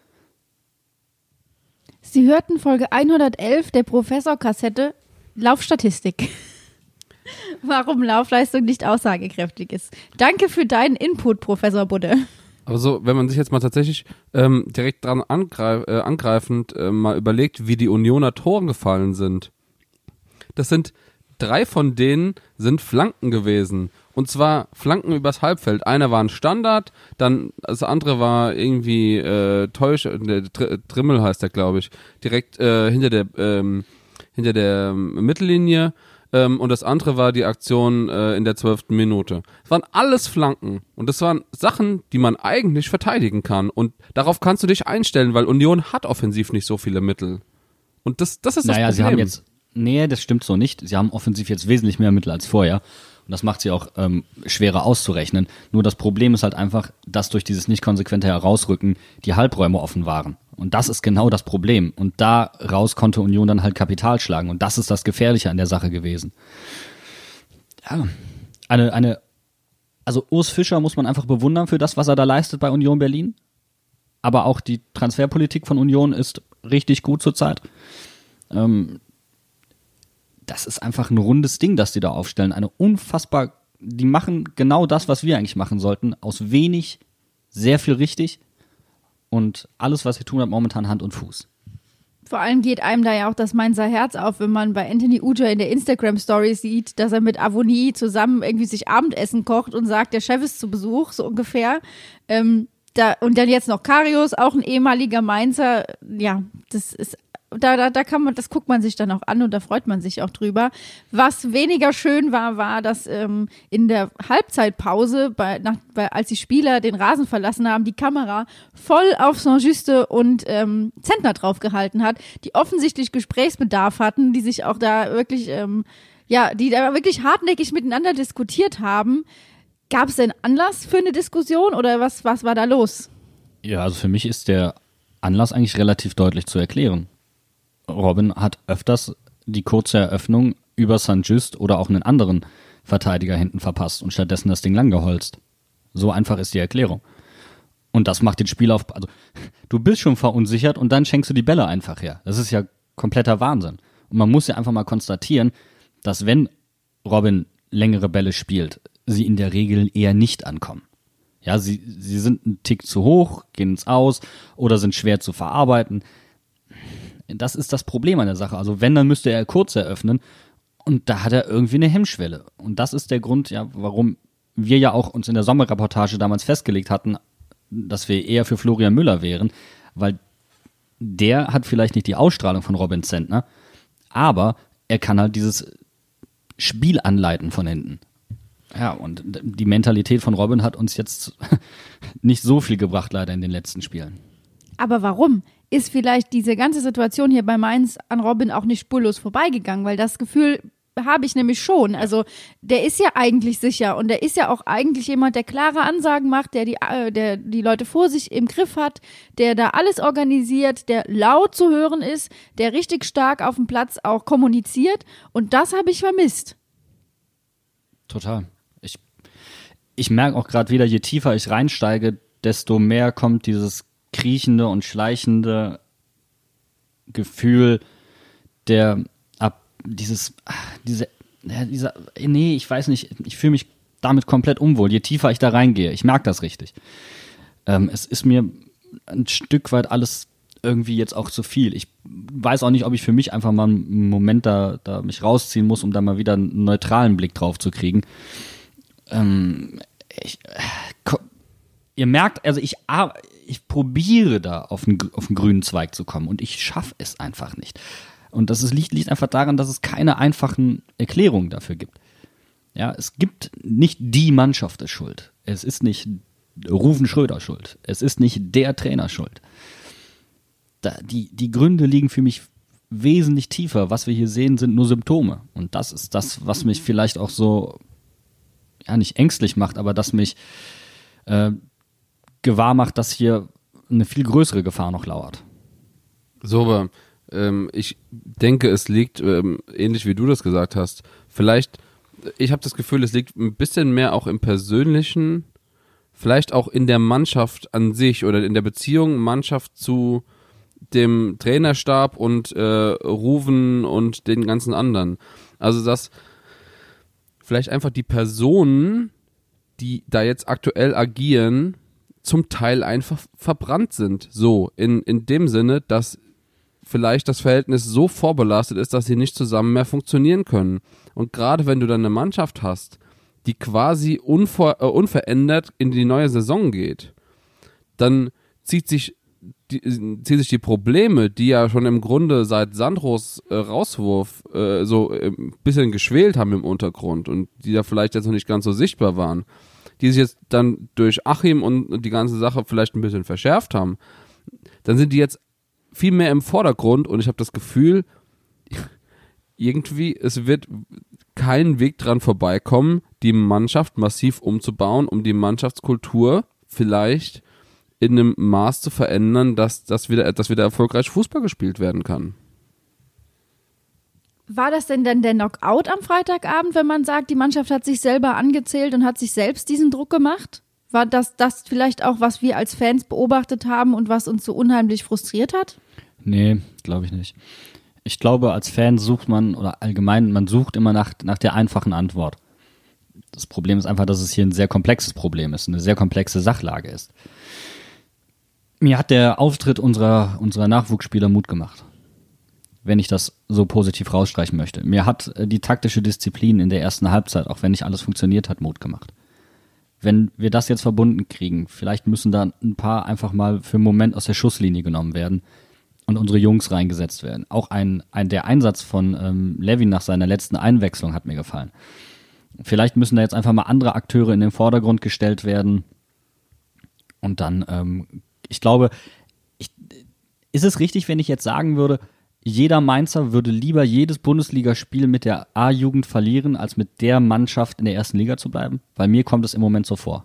Sie hörten Folge hundertelf der Professor-Kassette Laufstatistik. Warum Laufleistung nicht aussagekräftig ist. Danke für deinen Input, Professor Budde. Aber so, wenn man sich jetzt mal tatsächlich ähm, direkt dran angreif, äh, angreifend äh, mal überlegt, wie die Unioner Toren gefallen sind. Das sind, drei von denen sind Flanken gewesen. Und zwar Flanken übers Halbfeld. Einer war ein Standard, dann das andere war irgendwie äh, Täusch, der Tr Trimmel heißt der, glaube ich, direkt äh, hinter der ähm, hinter der ähm, Mittellinie. Ähm, und das andere war die Aktion äh, in der zwölften Minute. Es waren alles Flanken. Und das waren Sachen, die man eigentlich verteidigen kann. Und darauf kannst du dich einstellen, weil Union hat offensiv nicht so viele Mittel. Und das, das ist das Naja, Problem. sie haben jetzt, nee, das stimmt so nicht. Sie haben offensiv jetzt wesentlich mehr Mittel als vorher. Und das macht sie auch ähm, schwerer auszurechnen. Nur das Problem ist halt einfach, dass durch dieses nicht konsequente Herausrücken die Halbräume offen waren. Und das ist genau das Problem. Und daraus konnte Union dann halt Kapital schlagen. Und das ist das Gefährliche an der Sache gewesen. Ja, eine, eine, also Urs Fischer muss man einfach bewundern für das, was er da leistet bei Union Berlin. Aber auch die Transferpolitik von Union ist richtig gut zurzeit. Ähm, das ist einfach ein rundes Ding, das die da aufstellen. Eine unfassbar, die machen genau das, was wir eigentlich machen sollten. Aus wenig, sehr viel richtig. Und alles, was sie tun, hat momentan Hand und Fuß. Vor allem geht einem da ja auch das Mainzer Herz auf, wenn man bei Anthony Ujah in der Instagram-Story sieht, dass er mit Avonie zusammen irgendwie sich Abendessen kocht und sagt, der Chef ist zu Besuch, so ungefähr. Ähm, da, und dann jetzt noch Karius, auch ein ehemaliger Mainzer. Ja, das ist, da, da, da kann man, das guckt man sich dann auch an und da freut man sich auch drüber. Was weniger schön war, war, dass ähm, in der Halbzeitpause, bei, nach, bei, als die Spieler den Rasen verlassen haben, die Kamera voll auf Saint-Juste und ähm, Zentner draufgehalten hat, die offensichtlich Gesprächsbedarf hatten, die sich auch da wirklich, ähm, ja, die da wirklich hartnäckig miteinander diskutiert haben. Gab es denn Anlass für eine Diskussion oder was, was war da los? Ja, also für mich ist der Anlass eigentlich relativ deutlich zu erklären. Robin hat öfters die kurze Eröffnung über Saint-Just oder auch einen anderen Verteidiger hinten verpasst und stattdessen das Ding langgeholzt. So einfach ist die Erklärung. Und das macht den Spieler auf, also du bist schon verunsichert und dann schenkst du die Bälle einfach her. Das ist ja kompletter Wahnsinn. Und man muss ja einfach mal konstatieren, dass wenn Robin längere Bälle spielt, sie in der Regel eher nicht ankommen. Ja, sie, sie sind einen Tick zu hoch, gehen ins Aus oder sind schwer zu verarbeiten. Das ist das Problem an der Sache. Also wenn, dann müsste er kurz eröffnen und da hat er irgendwie eine Hemmschwelle. Und das ist der Grund, ja, warum wir ja auch uns in der Sommerreportage damals festgelegt hatten, dass wir eher für Florian Müller wären, weil der hat vielleicht nicht die Ausstrahlung von Robin Zentner, aber er kann halt dieses Spiel anleiten von hinten. Ja, und die Mentalität von Robin hat uns jetzt nicht so viel gebracht, leider in den letzten Spielen. Aber warum? Ist vielleicht diese ganze Situation hier bei Mainz an Robin auch nicht spurlos vorbeigegangen, weil das Gefühl habe ich nämlich schon. Also der ist ja eigentlich sicher und der ist ja auch eigentlich jemand, der klare Ansagen macht, der die, äh, der die Leute vor sich im Griff hat, der da alles organisiert, der laut zu hören ist, der richtig stark auf dem Platz auch kommuniziert und das habe ich vermisst. Total. Ich, ich merke auch gerade wieder, je tiefer ich reinsteige, desto mehr kommt dieses kriechende und schleichende Gefühl der ab dieses diese ja, dieser nee, ich weiß nicht, ich fühle mich damit komplett unwohl, je tiefer ich da reingehe. Ich merke das richtig. Ähm, es ist mir ein Stück weit alles irgendwie jetzt auch zu viel. Ich weiß auch nicht, ob ich für mich einfach mal einen Moment da, da mich rausziehen muss, um da mal wieder einen neutralen Blick drauf zu kriegen. Ähm, ich, äh, ihr merkt, also ich ich probiere da auf einen, auf einen grünen Zweig zu kommen und ich schaffe es einfach nicht. Und das ist, liegt, liegt einfach daran, dass es keine einfachen Erklärungen dafür gibt. Ja, es gibt nicht die Mannschaft ist schuld. Es ist nicht Ruven Schröder schuld. Es ist nicht der Trainer schuld. Da, die, die Gründe liegen für mich wesentlich tiefer. Was wir hier sehen, sind nur Symptome. Und das ist das, was mich vielleicht auch so, ja, nicht ängstlich macht, aber das mich äh, gewahr macht, dass hier eine viel größere Gefahr noch lauert. So, aber ähm, ich denke, es liegt, ähm, ähnlich wie du das gesagt hast, vielleicht, ich habe das Gefühl, es liegt ein bisschen mehr auch im Persönlichen, vielleicht auch in der Mannschaft an sich oder in der Beziehung Mannschaft zu dem Trainerstab und äh, Ruven und den ganzen anderen. Also, dass vielleicht einfach die Personen, die da jetzt aktuell agieren, zum Teil einfach verbrannt sind. So, in, in dem Sinne, dass vielleicht das Verhältnis so vorbelastet ist, dass sie nicht zusammen mehr funktionieren können. Und gerade wenn du dann eine Mannschaft hast, die quasi unver, äh, unverändert in die neue Saison geht, dann zieht sich die, ziehen sich die Probleme, die ja schon im Grunde seit Sandros äh, Rauswurf äh, so ein äh, bisschen geschwelt haben im Untergrund und die ja vielleicht jetzt noch nicht ganz so sichtbar waren, die sich jetzt dann durch Achim und die ganze Sache vielleicht ein bisschen verschärft haben, dann sind die jetzt viel mehr im Vordergrund und ich habe das Gefühl, irgendwie, es wird kein Weg dran vorbeikommen, die Mannschaft massiv umzubauen, um die Mannschaftskultur vielleicht in einem Maß zu verändern, dass, dass, wieder, dass wieder erfolgreich Fußball gespielt werden kann. War das denn dann der Knockout am Freitagabend, wenn man sagt, die Mannschaft hat sich selber angezählt und hat sich selbst diesen Druck gemacht? War das das vielleicht auch, was wir als Fans beobachtet haben und was uns so unheimlich frustriert hat? Nee, glaube ich nicht. Ich glaube, als Fan sucht man, oder allgemein, man sucht immer nach, nach der einfachen Antwort. Das Problem ist einfach, dass es hier ein sehr komplexes Problem ist, eine sehr komplexe Sachlage ist. Mir hat der Auftritt unserer, unserer Nachwuchsspieler Mut gemacht, wenn ich das so positiv rausstreichen möchte. Mir hat die taktische Disziplin in der ersten Halbzeit, auch wenn nicht alles funktioniert hat, Mut gemacht. Wenn wir das jetzt verbunden kriegen, vielleicht müssen da ein paar einfach mal für einen Moment aus der Schusslinie genommen werden und unsere Jungs reingesetzt werden. Auch ein, ein der Einsatz von ähm, Levin nach seiner letzten Einwechslung hat mir gefallen. Vielleicht müssen da jetzt einfach mal andere Akteure in den Vordergrund gestellt werden. Und dann, ähm, ich glaube, ich, ist es richtig, wenn ich jetzt sagen würde, jeder Mainzer würde lieber jedes Bundesligaspiel mit der A-Jugend verlieren, als mit der Mannschaft in der ersten Liga zu bleiben? Weil mir kommt es im Moment so vor.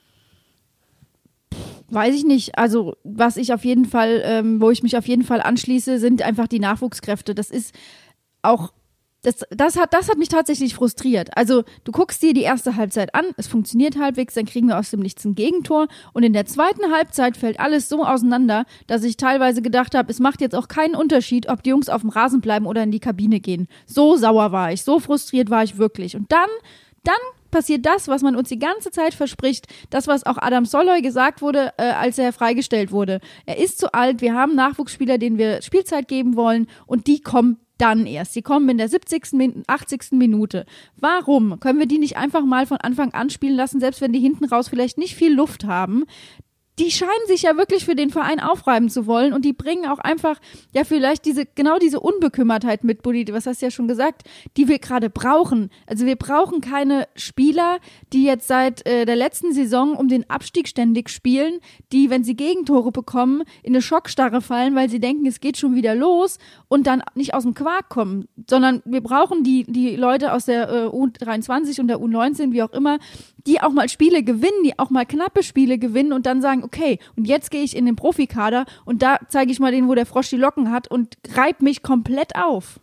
Weiß ich nicht. Also was ich auf jeden Fall, ähm, wo ich mich auf jeden Fall anschließe, sind einfach die Nachwuchskräfte. Das ist auch, das, das hat, das hat mich tatsächlich frustriert. Also du guckst dir die erste Halbzeit an, es funktioniert halbwegs, dann kriegen wir aus dem Nichts ein Gegentor und in der zweiten Halbzeit fällt alles so auseinander, dass ich teilweise gedacht habe, es macht jetzt auch keinen Unterschied, ob die Jungs auf dem Rasen bleiben oder in die Kabine gehen. So sauer war ich, so frustriert war ich wirklich. Und dann, dann passiert das, was man uns die ganze Zeit verspricht, das, was auch Adam Soloy gesagt wurde, äh, als er freigestellt wurde. Er ist zu alt, wir haben Nachwuchsspieler, denen wir Spielzeit geben wollen und die kommen dann erst. Die kommen in der siebzigsten, achtzigsten Minute. Warum können wir die nicht einfach mal von Anfang an spielen lassen, selbst wenn die hinten raus vielleicht nicht viel Luft haben? Die scheinen sich ja wirklich für den Verein aufreiben zu wollen und die bringen auch einfach, ja vielleicht diese, genau diese Unbekümmertheit mit, Buddy, was hast du ja schon gesagt, die wir gerade brauchen. Also wir brauchen keine Spieler, die jetzt seit äh, der letzten Saison um den Abstieg ständig spielen, die, wenn sie Gegentore bekommen, in eine Schockstarre fallen, weil sie denken, es geht schon wieder los und dann nicht aus dem Quark kommen, sondern wir brauchen die, die Leute aus der äh, U dreiundzwanzig und der U neunzehn, wie auch immer, die auch mal Spiele gewinnen, die auch mal knappe Spiele gewinnen und dann sagen, okay, und jetzt gehe ich in den Profikader und da zeige ich mal denen, wo der Frosch die Locken hat und reib mich komplett auf.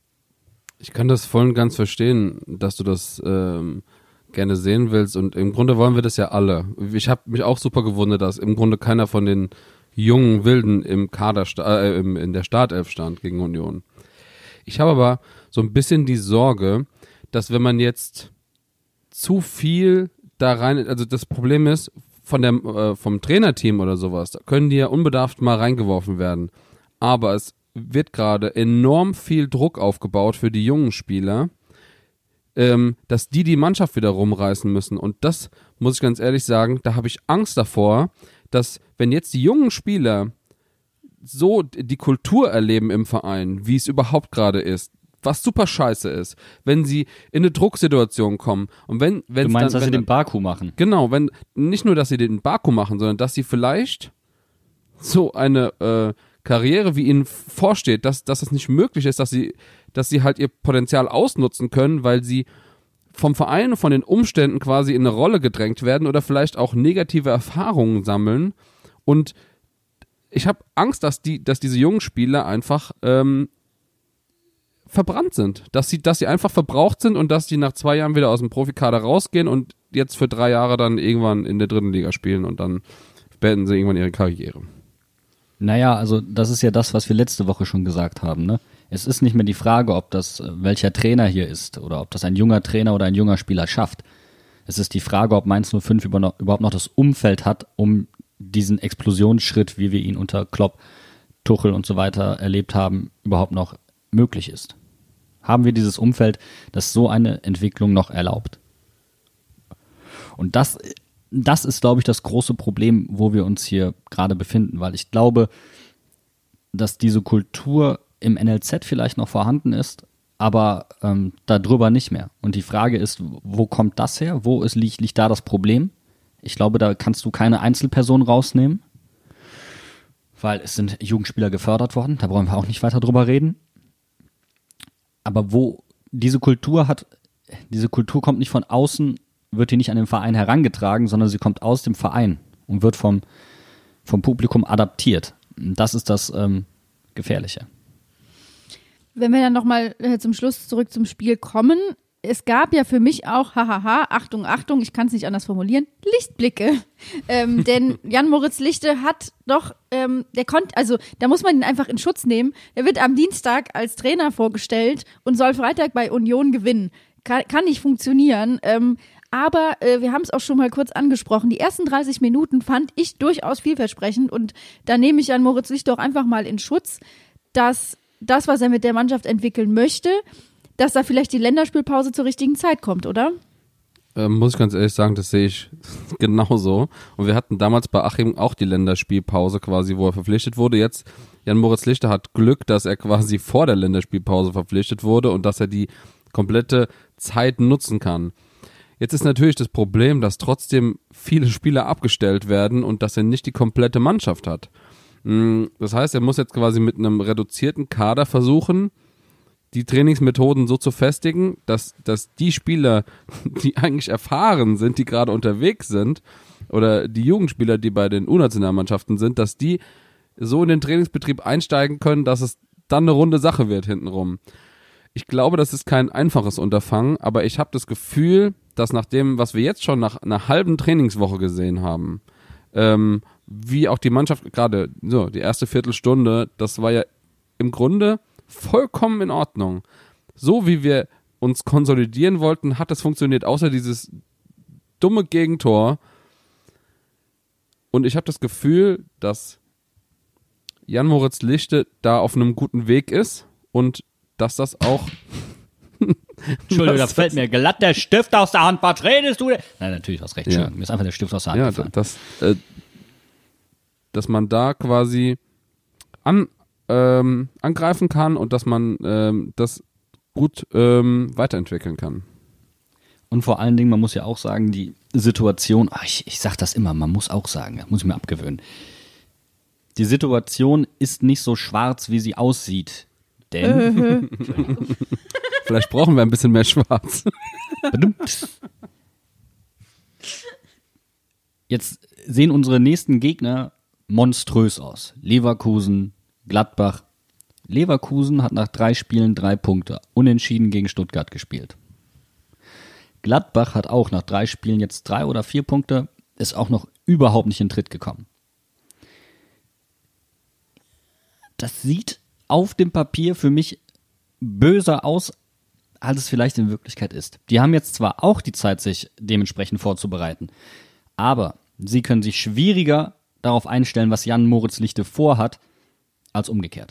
Ich kann das voll und ganz verstehen, dass du das ähm, gerne sehen willst und im Grunde wollen wir das ja alle. Ich habe mich auch super gewundert, dass im Grunde keiner von den jungen Wilden im Kader, äh, im, in der Startelf stand gegen Union. Ich habe aber so ein bisschen die Sorge, dass wenn man jetzt zu viel da rein, also das Problem ist, von der, äh, vom Trainerteam oder sowas, da können die ja unbedarft mal reingeworfen werden. Aber es wird gerade enorm viel Druck aufgebaut für die jungen Spieler, ähm, dass die die Mannschaft wieder rumreißen müssen. Und das, muss ich ganz ehrlich sagen, da habe ich Angst davor, dass wenn jetzt die jungen Spieler so die Kultur erleben im Verein, wie es überhaupt gerade ist, was super scheiße ist, wenn sie in eine Drucksituation kommen und wenn wenn Du meinst, dann, dass wenn sie den Baku machen? Genau, wenn nicht nur, dass sie den Baku machen, sondern dass sie vielleicht so eine äh, Karriere, wie ihnen vorsteht, dass dass es nicht möglich ist, dass sie dass sie halt ihr Potenzial ausnutzen können, weil sie vom Verein und von den Umständen quasi in eine Rolle gedrängt werden oder vielleicht auch negative Erfahrungen sammeln. Und ich habe Angst, dass die dass diese jungen Spieler einfach ähm, verbrannt sind, dass sie, dass sie einfach verbraucht sind und dass die nach zwei Jahren wieder aus dem Profikader rausgehen und jetzt für drei Jahre dann irgendwann in der dritten Liga spielen und dann beenden sie irgendwann ihre Karriere. Naja, also das ist ja das, was wir letzte Woche schon gesagt haben, ne? Es ist nicht mehr die Frage, ob das, welcher Trainer hier ist oder ob das ein junger Trainer oder ein junger Spieler schafft. Es ist die Frage, ob Mainz null fünf überhaupt noch das Umfeld hat, um diesen Explosionsschritt, wie wir ihn unter Klopp, Tuchel und so weiter erlebt haben, überhaupt noch möglich ist. Haben wir dieses Umfeld, das so eine Entwicklung noch erlaubt? Und das, das ist, glaube ich, das große Problem, wo wir uns hier gerade befinden, weil ich glaube, dass diese Kultur im N L Z vielleicht noch vorhanden ist, aber ähm, darüber nicht mehr. Und die Frage ist, wo kommt das her? Wo ist, liegt, liegt da das Problem? Ich glaube, da kannst du keine Einzelperson rausnehmen, weil es sind Jugendspieler gefördert worden, da brauchen wir auch nicht weiter drüber reden. Aber wo diese Kultur hat, diese Kultur kommt nicht von außen, wird die nicht an den Verein herangetragen, sondern sie kommt aus dem Verein und wird vom, vom Publikum adaptiert. Das ist das ähm, Gefährliche. Wenn wir dann nochmal äh, zum Schluss zurück zum Spiel kommen, es gab ja für mich auch, hahaha, Achtung, Achtung, ich kann es nicht anders formulieren, Lichtblicke. ähm, denn Jan-Moritz Lichte hat doch, ähm, der konnte, also da muss man ihn einfach in Schutz nehmen. Er wird am Dienstag als Trainer vorgestellt und soll Freitag bei Union gewinnen. Kann, kann nicht funktionieren. Ähm, aber äh, wir haben es auch schon mal kurz angesprochen. Die ersten dreißig Minuten fand ich durchaus vielversprechend und da nehme ich Jan-Moritz Lichte auch einfach mal in Schutz, dass das, was er mit der Mannschaft entwickeln möchte, dass da vielleicht die Länderspielpause zur richtigen Zeit kommt, oder? Ähm, muss ich ganz ehrlich sagen, das sehe ich genauso. Und wir hatten damals bei Achim auch die Länderspielpause quasi, wo er verpflichtet wurde. Jetzt, Jan-Moritz Lichte hat Glück, dass er quasi vor der Länderspielpause verpflichtet wurde und dass er die komplette Zeit nutzen kann. Jetzt ist natürlich das Problem, dass trotzdem viele Spieler abgestellt werden und dass er nicht die komplette Mannschaft hat. Das heißt, er muss jetzt quasi mit einem reduzierten Kader versuchen, die Trainingsmethoden so zu festigen, dass, dass die Spieler, die eigentlich erfahren sind, die gerade unterwegs sind, oder die Jugendspieler, die bei den U-Nationalmannschaften sind, dass die so in den Trainingsbetrieb einsteigen können, dass es dann eine runde Sache wird hintenrum. Ich glaube, das ist kein einfaches Unterfangen, aber ich habe das Gefühl, dass nach dem, was wir jetzt schon nach einer halben Trainingswoche gesehen haben, ähm, wie auch die Mannschaft gerade, so, die erste Viertelstunde, das war ja im Grunde vollkommen in Ordnung. So wie wir uns konsolidieren wollten, hat es funktioniert, außer dieses dumme Gegentor. Und ich habe das Gefühl, dass Jan-Moritz Lichte da auf einem guten Weg ist und dass das auch... Entschuldigung, da fällt mir glatt der Stift aus der Hand. Was redest du denn? Nein, natürlich, hast recht. Ja. Mir ist einfach der Stift aus der Hand Ja, gefallen. das, äh, dass man da quasi an, ähm, angreifen kann und dass man ähm, das gut ähm, weiterentwickeln kann. Und vor allen Dingen, man muss ja auch sagen, die Situation, ach, ich, ich sag das immer, man muss auch sagen, das muss ich mir abgewöhnen. Die Situation ist nicht so schwarz, wie sie aussieht. Denn Vielleicht brauchen wir ein bisschen mehr Schwarz. Jetzt sehen unsere nächsten Gegner monströs aus. Leverkusen, Gladbach. Leverkusen hat nach drei Spielen drei Punkte, unentschieden gegen Stuttgart gespielt. Gladbach hat auch nach drei Spielen jetzt drei oder vier Punkte, ist auch noch überhaupt nicht in Tritt gekommen. Das sieht auf dem Papier für mich böser aus, als es vielleicht in Wirklichkeit ist. Die haben jetzt zwar auch die Zeit, sich dementsprechend vorzubereiten, aber sie können sich schwieriger darauf einstellen, was Jan-Moritz Lichte vorhat, als umgekehrt.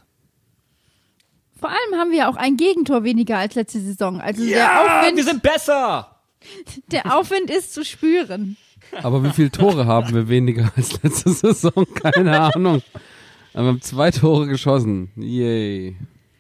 Vor allem haben wir auch ein Gegentor weniger als letzte Saison. Also Ja, der Aufwind, wir sind besser! der Aufwind ist zu spüren. Aber wie viele Tore haben wir weniger als letzte Saison? Keine Ahnung. Aber wir haben zwei Tore geschossen. Yay.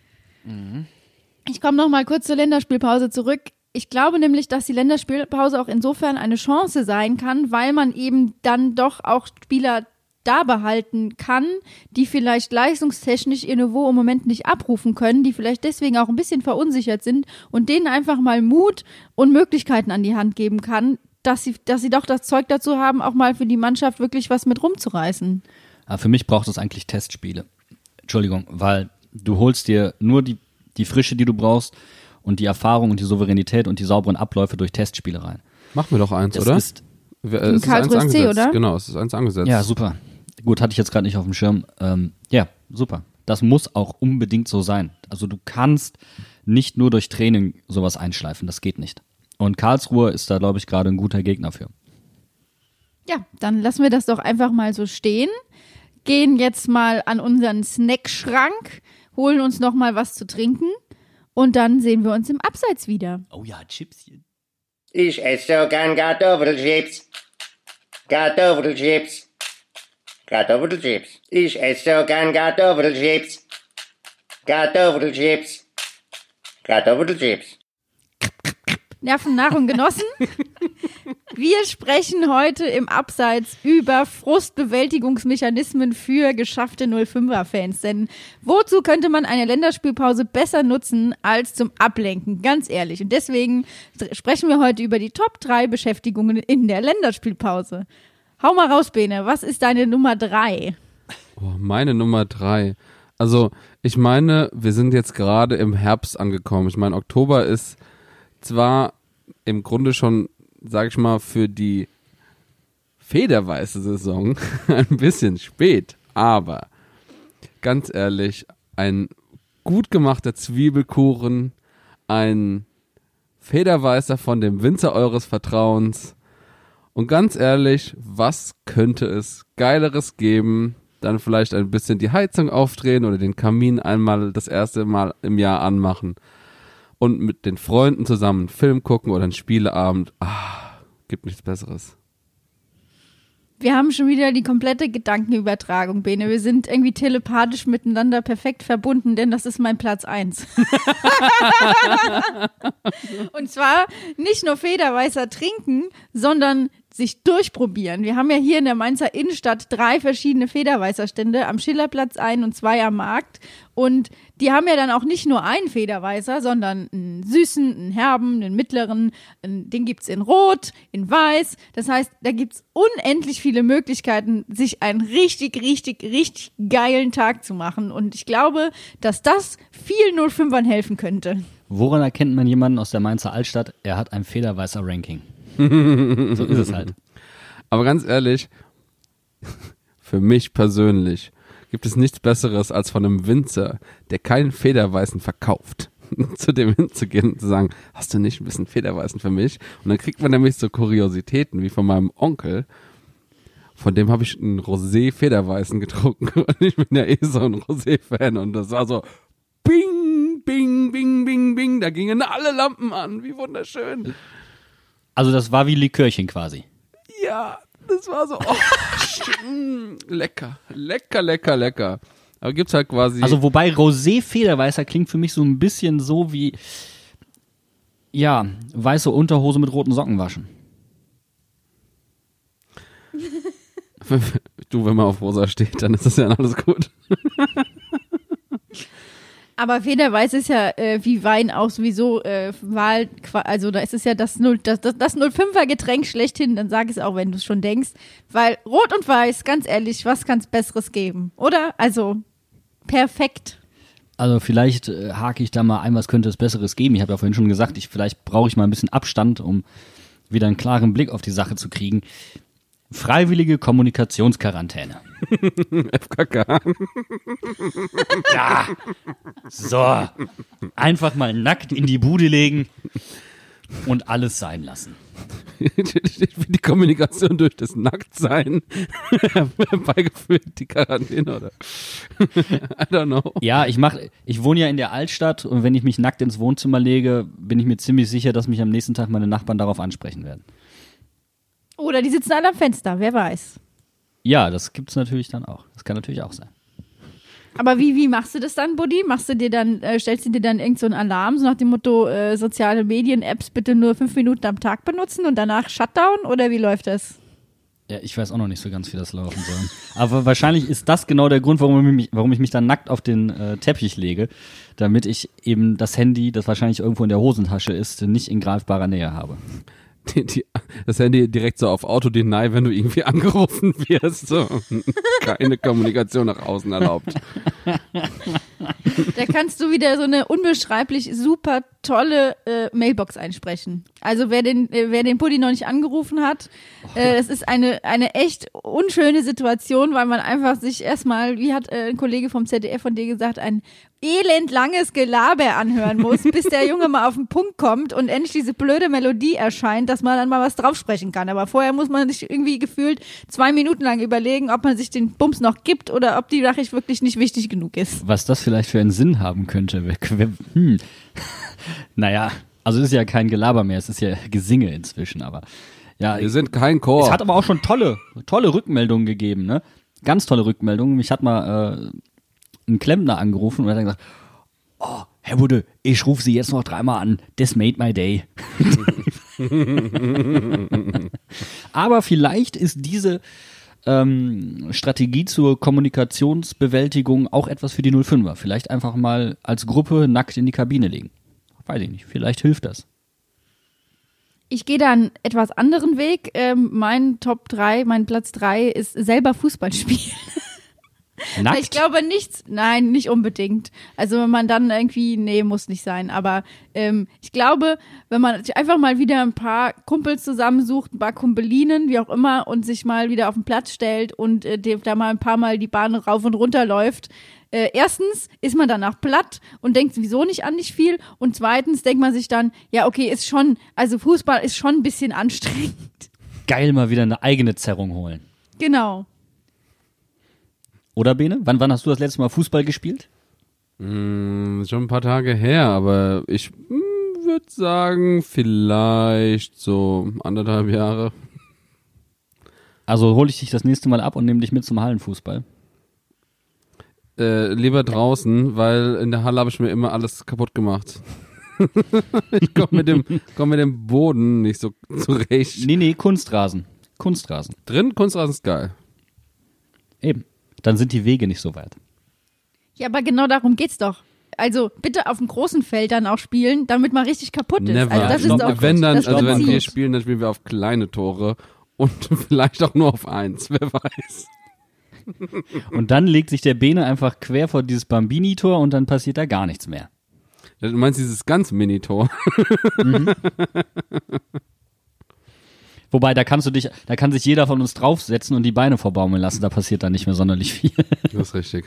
Ich komme noch mal kurz zur Länderspielpause zurück. Ich glaube nämlich, dass die Länderspielpause auch insofern eine Chance sein kann, weil man eben dann doch auch Spieler da behalten kann, die vielleicht leistungstechnisch ihr Niveau im Moment nicht abrufen können, die vielleicht deswegen auch ein bisschen verunsichert sind und denen einfach mal Mut und Möglichkeiten an die Hand geben kann, dass sie, dass sie doch das Zeug dazu haben, auch mal für die Mannschaft wirklich was mit rumzureißen. Aber für mich braucht es eigentlich Testspiele. Entschuldigung, weil du holst dir nur die, die Frische, die du brauchst und die Erfahrung und die Souveränität und die sauberen Abläufe durch Testspiele rein. Machen wir doch eins, Das oder? ist, Wir- äh, es ist Karlsruhe eins S C, angesetzt. oder? Genau, es ist eins angesetzt. ja, super. Gut, hatte ich jetzt gerade nicht auf dem Schirm. Ähm, ja, super. Das muss auch unbedingt so sein. Also du kannst nicht nur durch Training sowas einschleifen, das geht nicht. Und Karlsruhe ist da, glaube ich, gerade ein guter Gegner für. Ja, dann lassen wir das doch einfach mal so stehen, gehen jetzt mal an unseren Snackschrank, holen uns noch mal was zu trinken und dann sehen wir uns im Abseits wieder. Oh ja, Chipschen. Ich esse so gern Kartoffelchips. Kartoffelchips. Kartoffelchips. Ich esse so gern Kartoffelchips. Kartoffelchips. Kartoffelchips. Nervennahrung genossen. Wir sprechen heute im Abseits über Frustbewältigungsmechanismen für geschaffte null fünfer-Fans. Denn wozu könnte man eine Länderspielpause besser nutzen als zum Ablenken? Ganz ehrlich. Und deswegen sprechen wir heute über die Top drei Beschäftigungen in der Länderspielpause. Hau mal raus, Bene. Was ist deine Nummer drei? Oh, meine Nummer drei. Also, ich meine, wir sind jetzt gerade im Herbst angekommen. Ich meine, Oktober ist zwar im Grunde schon, sag ich mal, für die federweiße Saison ein bisschen spät, aber ganz ehrlich, ein gut gemachter Zwiebelkuchen, ein Federweißer von dem Winzer eures Vertrauens und ganz ehrlich, was könnte es Geileres geben? Dann vielleicht ein bisschen die Heizung aufdrehen oder den Kamin einmal das erste Mal im Jahr anmachen und mit den Freunden zusammen einen Film gucken oder einen Spieleabend. Ah, gibt nichts Besseres. Wir haben schon wieder die komplette Gedankenübertragung, Bene. Wir sind irgendwie telepathisch miteinander perfekt verbunden, denn das ist mein Platz eins. Und zwar nicht nur Federweißer trinken, sondern sich durchprobieren. Wir haben ja hier in der Mainzer Innenstadt drei verschiedene Federweißer-Stände, am Schillerplatz ein und zwei am Markt. Und die haben ja dann auch nicht nur einen Federweißer, sondern einen süßen, einen herben, einen mittleren. Den gibt's in Rot, in Weiß. Das heißt, da gibt's unendlich viele Möglichkeiten, sich einen richtig, richtig, richtig geilen Tag zu machen. Und ich glaube, dass das vielen null fünfern helfen könnte. Woran erkennt man jemanden aus der Mainzer Altstadt? Er hat ein Federweißer-Ranking. So ist es halt. Aber ganz ehrlich, für mich persönlich gibt es nichts Besseres, als von einem Winzer, der keinen Federweißen verkauft, zu dem hinzugehen und zu sagen, hast du nicht ein bisschen Federweißen für mich? Und dann kriegt man nämlich so Kuriositäten wie von meinem Onkel, von dem habe ich einen Rosé-Federweißen getrunken und ich bin ja eh so ein Rosé-Fan und das war so bing, bing, bing, bing, bing, da gingen alle Lampen an, wie wunderschön. Also das war wie Likörchen quasi. Ja, das war so, oh, mm, lecker, lecker, lecker, lecker. Aber gibt's halt quasi... Also wobei Rosé-Federweißer klingt für mich so ein bisschen so wie, ja, weiße Unterhose mit roten Socken waschen. Du, wenn man auf rosa steht, dann ist das ja alles gut. Aber Federweiß ist ja äh, wie Wein auch sowieso äh, Wahl, also da ist es ja das, null, das, das, das null fünfer Getränk schlechthin, dann sag es auch, wenn du es schon denkst. Weil Rot und Weiß, ganz ehrlich, was kann es Besseres geben, oder? Also perfekt. Also vielleicht äh, hake ich da mal ein, was könnte es Besseres geben. Ich habe ja vorhin schon gesagt, ich, vielleicht brauche ich mal ein bisschen Abstand, um wieder einen klaren Blick auf die Sache zu kriegen. Freiwillige Kommunikationsquarantäne. F K K. Ja. So. Einfach mal nackt in die Bude legen und alles sein lassen. Die Kommunikation durch das Nacktsein herbeigeführt, die Quarantäne, oder? I don't know. Ja, ich mach, ich wohne ja in der Altstadt und wenn ich mich nackt ins Wohnzimmer lege, bin ich mir ziemlich sicher, dass mich am nächsten Tag meine Nachbarn darauf ansprechen werden. Oder die sitzen alle am Fenster, wer weiß. Ja, das gibt's natürlich dann auch. Das kann natürlich auch sein. Aber wie, wie machst du das dann, Buddy? Machst du dir dann, äh, stellst du dir dann irgend so einen Alarm, so nach dem Motto, äh, soziale Medien-Apps bitte nur fünf Minuten am Tag benutzen und danach Shutdown? Oder wie läuft das? Ja, ich weiß auch noch nicht so ganz, wie das laufen soll. Aber wahrscheinlich ist das genau der Grund, warum ich mich, warum ich mich dann nackt auf den äh, Teppich lege, damit ich eben das Handy, das wahrscheinlich irgendwo in der Hosentasche ist, nicht in greifbarer Nähe habe. Die, die, das Handy direkt so auf Auto-Deny, wenn du irgendwie angerufen wirst. So. Keine Kommunikation nach außen erlaubt. Da kannst du wieder so eine unbeschreiblich super tolle äh, Mailbox einsprechen. Also wer den, äh, wer den Puddi noch nicht angerufen hat, äh, es ist eine, eine echt unschöne Situation, weil man einfach sich erstmal, wie hat äh, ein Kollege vom Z D F von dir gesagt, ein elendlanges Gelaber anhören muss, bis der Junge mal auf den Punkt kommt und endlich diese blöde Melodie erscheint, dass man dann mal was draufsprechen kann. Aber vorher muss man sich irgendwie gefühlt zwei Minuten lang überlegen, ob man sich den Bums noch gibt oder ob die Nachricht wirklich nicht wichtig genug ist. Was das vielleicht für einen Sinn haben könnte. Hm. Naja, also es ist ja kein Gelaber mehr, es ist ja Gesinge inzwischen, aber ja. Wir sind kein Chor. Es hat aber auch schon tolle, tolle Rückmeldungen gegeben, ne? Ganz tolle Rückmeldungen. Mich hat mal äh, ein Klempner angerufen und hat dann gesagt, oh, Herr Budde, ich rufe Sie jetzt noch dreimal an. This made my day. Aber vielleicht ist diese ähm, Strategie zur Kommunikationsbewältigung auch etwas für die null fünfer. Vielleicht einfach mal als Gruppe nackt in die Kabine legen. Weiß ich nicht, vielleicht hilft das. Ich gehe da einen etwas anderen Weg. Ähm, mein Top drei, mein Platz drei ist selber Fußball spielen. Nackt? Ich glaube nichts, nein, nicht unbedingt. Also wenn man dann irgendwie, nee, muss nicht sein. Aber ähm, ich glaube, wenn man sich einfach mal wieder ein paar Kumpels zusammensucht, ein paar Kumpelinen, wie auch immer, und sich mal wieder auf den Platz stellt und äh, dem, da mal ein paar Mal die Bahn rauf und runter läuft. Äh, erstens ist man danach platt und denkt sowieso nicht an nicht viel. Und zweitens denkt man sich dann, ja okay, ist schon, also Fußball ist schon ein bisschen anstrengend. Geil, mal wieder eine eigene Zerrung holen. Genau. Oder, Bene? Wann, wann hast du das letzte Mal Fußball gespielt? Mm, schon ein paar Tage her, aber ich mm, würde sagen, vielleicht so anderthalb Jahre. Also hole ich dich das nächste Mal ab und nehme dich mit zum Hallenfußball. Äh, lieber draußen, weil in der Halle habe ich mir immer alles kaputt gemacht. Ich komme mit dem, komm mit dem Boden nicht so zurecht. Nee, nee, Kunstrasen. Kunstrasen. Drin, Kunstrasen ist geil. Eben. Dann sind die Wege nicht so weit. Ja, aber genau darum geht's doch. Also bitte auf dem großen Feld dann auch spielen, damit man richtig kaputt ist. Never. Also das Ja, ist auch wenn dann, das also wenn Prinzip. wir spielen, dann spielen wir auf kleine Tore und vielleicht auch nur auf eins, wer weiß. Und dann legt sich der Bene einfach quer vor dieses Bambini-Tor und dann passiert da gar nichts mehr. Du meinst dieses ganz Mini-Tor? Wobei, da kannst du dich, da kann sich jeder von uns draufsetzen und die Beine vorbaumeln lassen, da passiert dann nicht mehr sonderlich viel. Das ist richtig.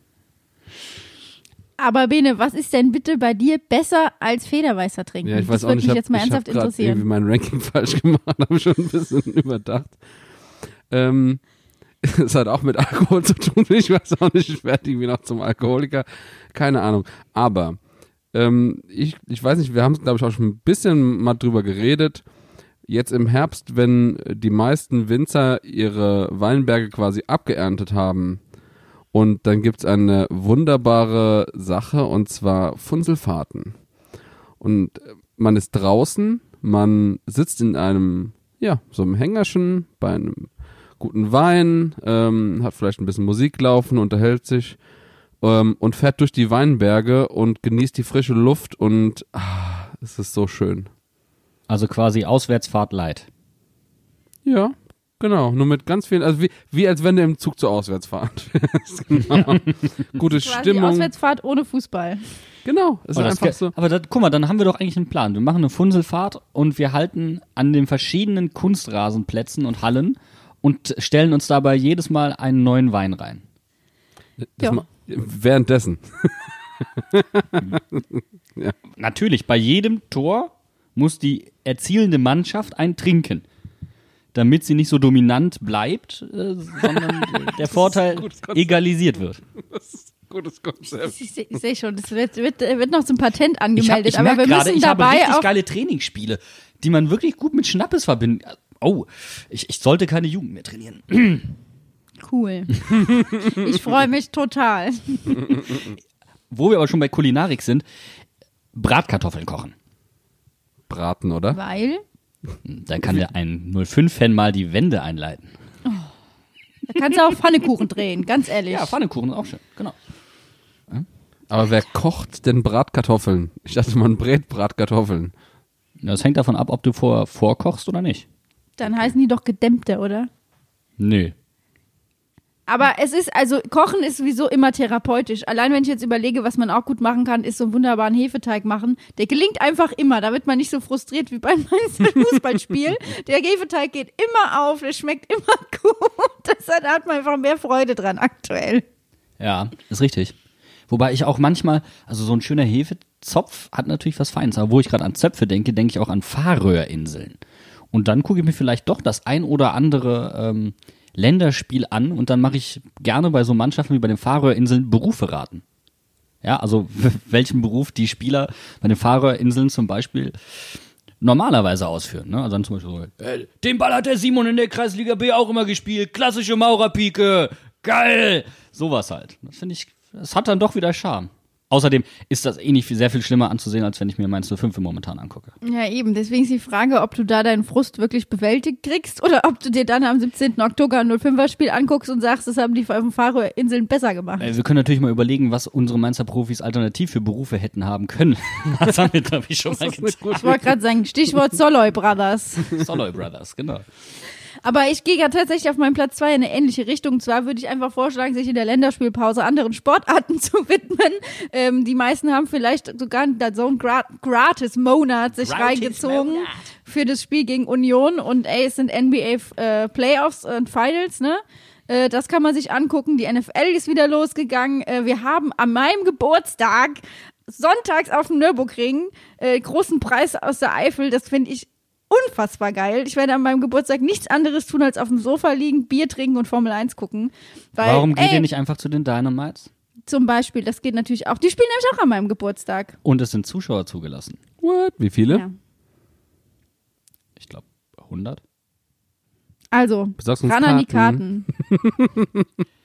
Aber Bene, was ist denn bitte bei dir besser als Federweißer trinken? Ja, ich weiß das auch würde nicht, mich ich jetzt mal habe ernsthaft hab gerade irgendwie interessieren. mein Ranking falsch gemacht, habe schon ein bisschen überdacht. Ähm, es hat auch mit Alkohol zu tun, ich weiß auch nicht, ich werde irgendwie noch zum Alkoholiker, keine Ahnung. Aber ähm, ich, ich weiß nicht, wir haben es glaube ich auch schon ein bisschen mal drüber geredet. Jetzt im Herbst, wenn die meisten Winzer ihre Weinberge quasi abgeerntet haben und dann gibt's eine wunderbare Sache und zwar Funselfahrten. Und man ist draußen, man sitzt in einem, ja, so einem Hängerchen bei einem guten Wein, ähm, hat vielleicht ein bisschen Musik laufen, unterhält sich ähm, und fährt durch die Weinberge und genießt die frische Luft und ah, es ist so schön. Also quasi Auswärtsfahrt light. Ja, genau. Nur mit ganz vielen, also wie, wie als wenn du im Zug zur Auswärtsfahrt fährst. Genau. Gute Quasi Stimmung. Auswärtsfahrt ohne Fußball. Genau. Es ist Aber, das, einfach so. aber das, guck mal, dann haben wir doch eigentlich einen Plan. Wir machen eine Funselfahrt und wir halten an den verschiedenen Kunstrasenplätzen und Hallen und stellen uns dabei jedes Mal einen neuen Wein rein. Das Ja. ma- währenddessen. Natürlich, bei jedem Tor muss die erzielende Mannschaft einen trinken, damit sie nicht so dominant bleibt, äh, sondern der Vorteil gutes Konzept. egalisiert wird. Gutes Konzept. Ich, seh- ich sehe schon, das wird, wird, wird noch zum Patent Ich, hab, angemeldet. ich aber merke wir gerade, müssen ich habe dabei richtig auch. geile Trainingsspiele, die man wirklich gut mit Schnappes verbinden. Oh, ich, ich sollte keine Jugend mehr trainieren. Cool. Ich freue mich total. Wo wir aber schon bei Kulinarik sind, Bratkartoffeln kochen. Braten, oder? Weil, Dann kann der ein null fünf Fan mal die Wände einleiten. da kannst du auch Pfannekuchen drehen, ganz ehrlich. Ja, Pfannekuchen auch schön, genau. Aber wer kocht denn Bratkartoffeln? Ich dachte, man brät Bratkartoffeln. Das hängt davon ab, ob du vor, vorkochst oder nicht. Dann heißen die doch Gedämpfte, oder? Nö. Aber es ist, also Kochen ist sowieso immer therapeutisch. Allein wenn ich jetzt überlege, was man auch gut machen kann, ist so einen wunderbaren Hefeteig machen. Der gelingt einfach immer. Da wird man nicht so frustriert wie beim Fußballspiel. Der Hefeteig geht immer auf, der schmeckt immer gut. Deshalb hat man einfach mehr Freude dran aktuell. Ja, ist richtig. Wobei ich auch manchmal, also so ein schöner Hefezopf hat natürlich was Feines. Aber wo ich gerade an Zöpfe denke, denke ich auch an Färöerinseln. Und dann gucke ich mir vielleicht doch das ein oder andere ähm, Länderspiel an und dann mache ich gerne bei so Mannschaften wie bei den Färöerinseln Berufe raten. Ja, also welchen Beruf die Spieler bei den Färöerinseln zum Beispiel normalerweise ausführen. Ne? Also dann zum Beispiel so, äh, den Ball hat der Simon in der Kreisliga B auch immer gespielt, klassische Maurerpike, geil! Sowas halt. Das finde ich, das hat dann doch wieder Charme. Außerdem ist das eh nicht viel, sehr viel schlimmer anzusehen, als wenn ich mir Mainz null fünf momentan angucke. Ja, eben. Deswegen ist die Frage, ob du da deinen Frust wirklich bewältigt kriegst oder ob du dir dann am siebzehnten Oktober ein null fünfer Spiel anguckst und sagst, das haben die auf den Färöerinseln besser gemacht. Äh, Wir können natürlich mal überlegen, was unsere Mainzer Profis alternativ für Berufe hätten haben können. Das haben wir, glaube ich, schon mal getan. Ich wollte gerade sagen, Stichwort Soloy Brothers. Soloy Brothers, genau. Aber ich gehe ja tatsächlich auf meinem Platz zwei in eine ähnliche Richtung. Und zwar würde ich einfach vorschlagen, sich in der Länderspielpause anderen Sportarten zu widmen. Ähm, die meisten haben vielleicht sogar so einen Gra- Gratis-Monat sich Gratis reingezogen Monat. für das Spiel gegen Union. Und ey, es sind N B A äh, Playoffs und Finals, ne? Äh, das kann man sich angucken. Die N F L ist wieder losgegangen. Äh, wir haben an meinem Geburtstag sonntags auf dem Nürburgring äh, großen Preis aus der Eifel. Das finde ich unfassbar geil. Ich werde an meinem Geburtstag nichts anderes tun, als auf dem Sofa liegen, Bier trinken und Formel eins gucken. Weil, Warum geht ey, ihr nicht einfach zu den Dynamites? Zum Beispiel, das geht natürlich auch. Die spielen nämlich auch an meinem Geburtstag. Und es sind Zuschauer zugelassen. What? Wie viele? Ja. Ich glaube hundert. Also, Besorgst uns ran an die Karten. Karten.